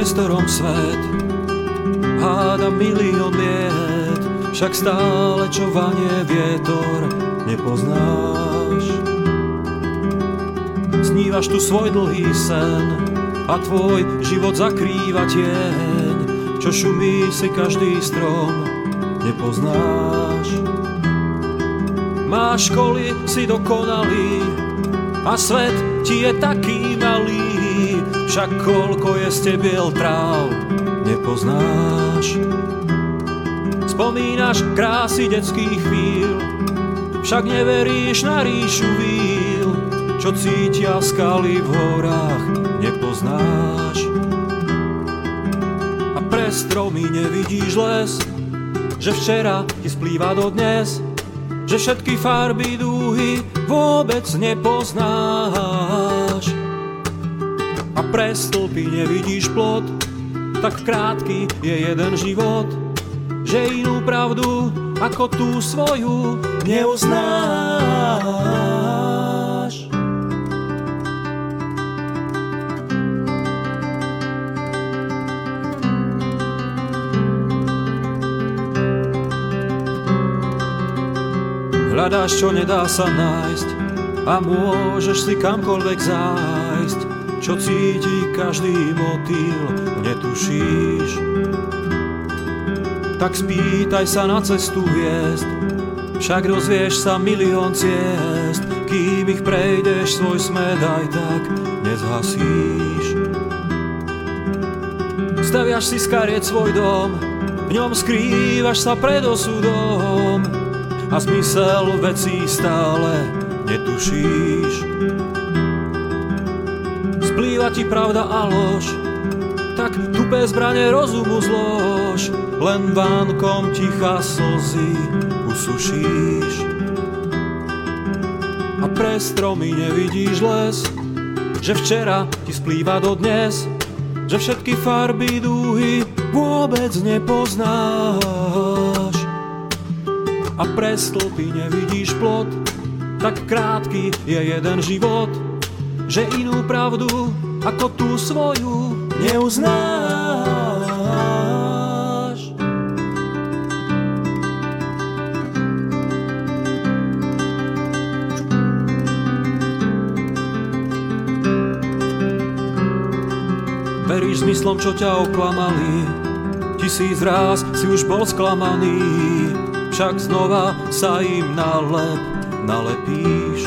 priestorom svet. Hádam milión liet, však stále čo vanie vietor nepoznáš. Snívaš tu svoj dlhý sen a tvoj život zakrýva tieň, čo šumí si každý strom nepoznáš. Máš školy, si dokonalý a svet ti je taký malý, však koľko je stebiel tráv nepoznáš. Spomínaš krásy detských chvíľ, však neveríš na ríšu víl, čo cítia skaly v horách nepoznáš. A pre stromy nevidíš les, že včera ti splýva do dnes, že všetky farby dúhy vôbec nepoznáš. A pre stĺpy nevidíš plod, tak krátky je jeden život, že inú pravdu ako tú svoju neuznáš. Hľadáš, čo nedá sa nájsť a môžeš si kamkoľvek zájsť, čo cíti každý motýl, netušíš. Tak spýtaj sa na cestu hviezd, však rozvieš sa milión ciest, kým ich prejdeš, svoj smet aj tak nezhasíš. Staviaš si z kariet svoj dom, v ňom skrývaš sa pred osudom a zmysel vecí stále netušíš. Splýva ti pravda a lož, tak tupé zbrane rozumu zlož, len vánkom ticha slzy usušíš. A pre stromy nevidíš les, že včera ti splýva do dnes, že všetky farby dúhy vôbec nepoznáš. A pre stĺpy nevidíš plod, tak krátky je jeden život, že inú pravdu ako tú svoju neuznáš. Veríš zmyslom, čo ťa oklamali, tisíc ráz si už bol sklamaný, však znova sa im na lep nalepíš.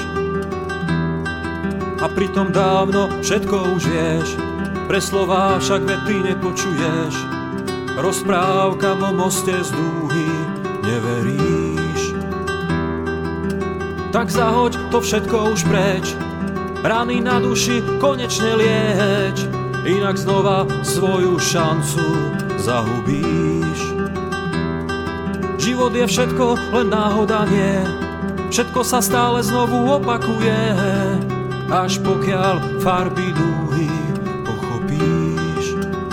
A pritom dávno všetko už vieš, pre slová však vety nepočuješ, rozprávkam o moste z dúhy neveríš. Tak zahoď to všetko už preč, rany na duši konečne lieč, inak znova svoju šancu zahubíš. Život je všetko, len náhoda nie, všetko sa stále znovu opakuje, až pokiaľ farby dúhy pochopíš.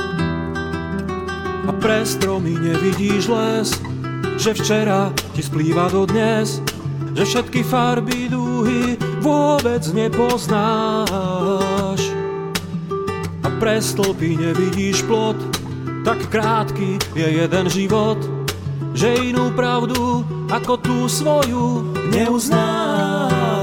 A pre stromy nevidíš les, že včera ti splýva do dnes, že všetky farby dúhy vôbec nepoznáš. A pre stĺpy nevidíš plod, tak krátky je jeden život, že inú pravdu ako tú svoju neuznáš.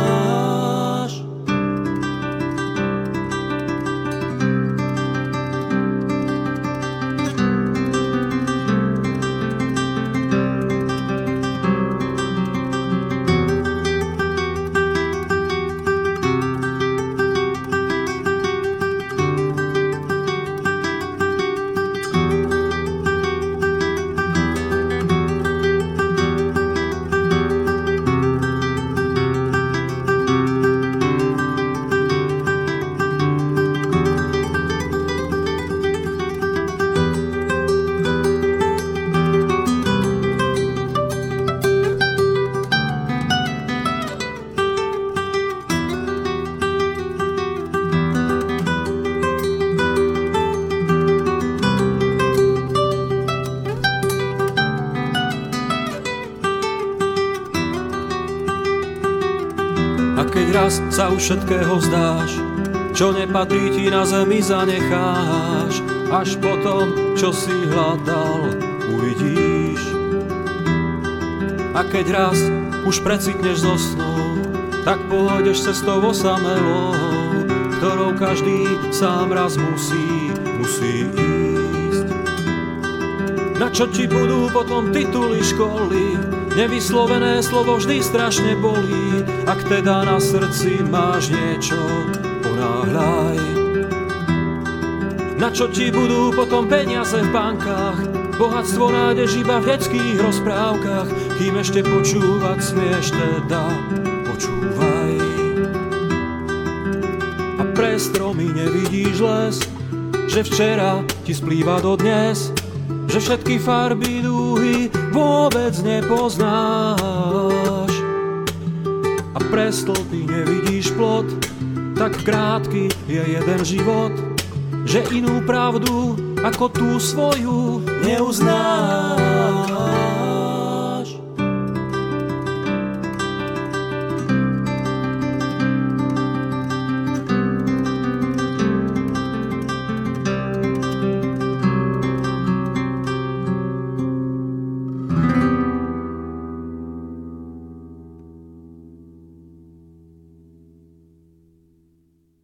Keď raz sa už všetkého vzdáš, čo nepatrí ti na zemi zanecháš, a až potom, čo si hľadal, uvidíš. A keď raz už precitneš zo snu, tak pôjdeš cestou osamelou, ktorou každý sám raz musí, musí ísť. Na čo ti budú potom tituly školy, nevyslovené slovo vždy strašne bolí. Ak teda na srdci máš niečo, ponáhľaj. Na čo ti budú potom peniaze v bankách, bohatstvo nájdeš iba v detských rozprávkach, kým ešte počúvať smieš, teda počúvaj. A pre stromy nevidíš les, že včera ti splýva do dnes, že všetky farby dúhy vôbec nepoznáš. A pre stĺpy nevidíš plot, tak krátky je jeden život, že inú pravdu ako tú svoju neuznáš.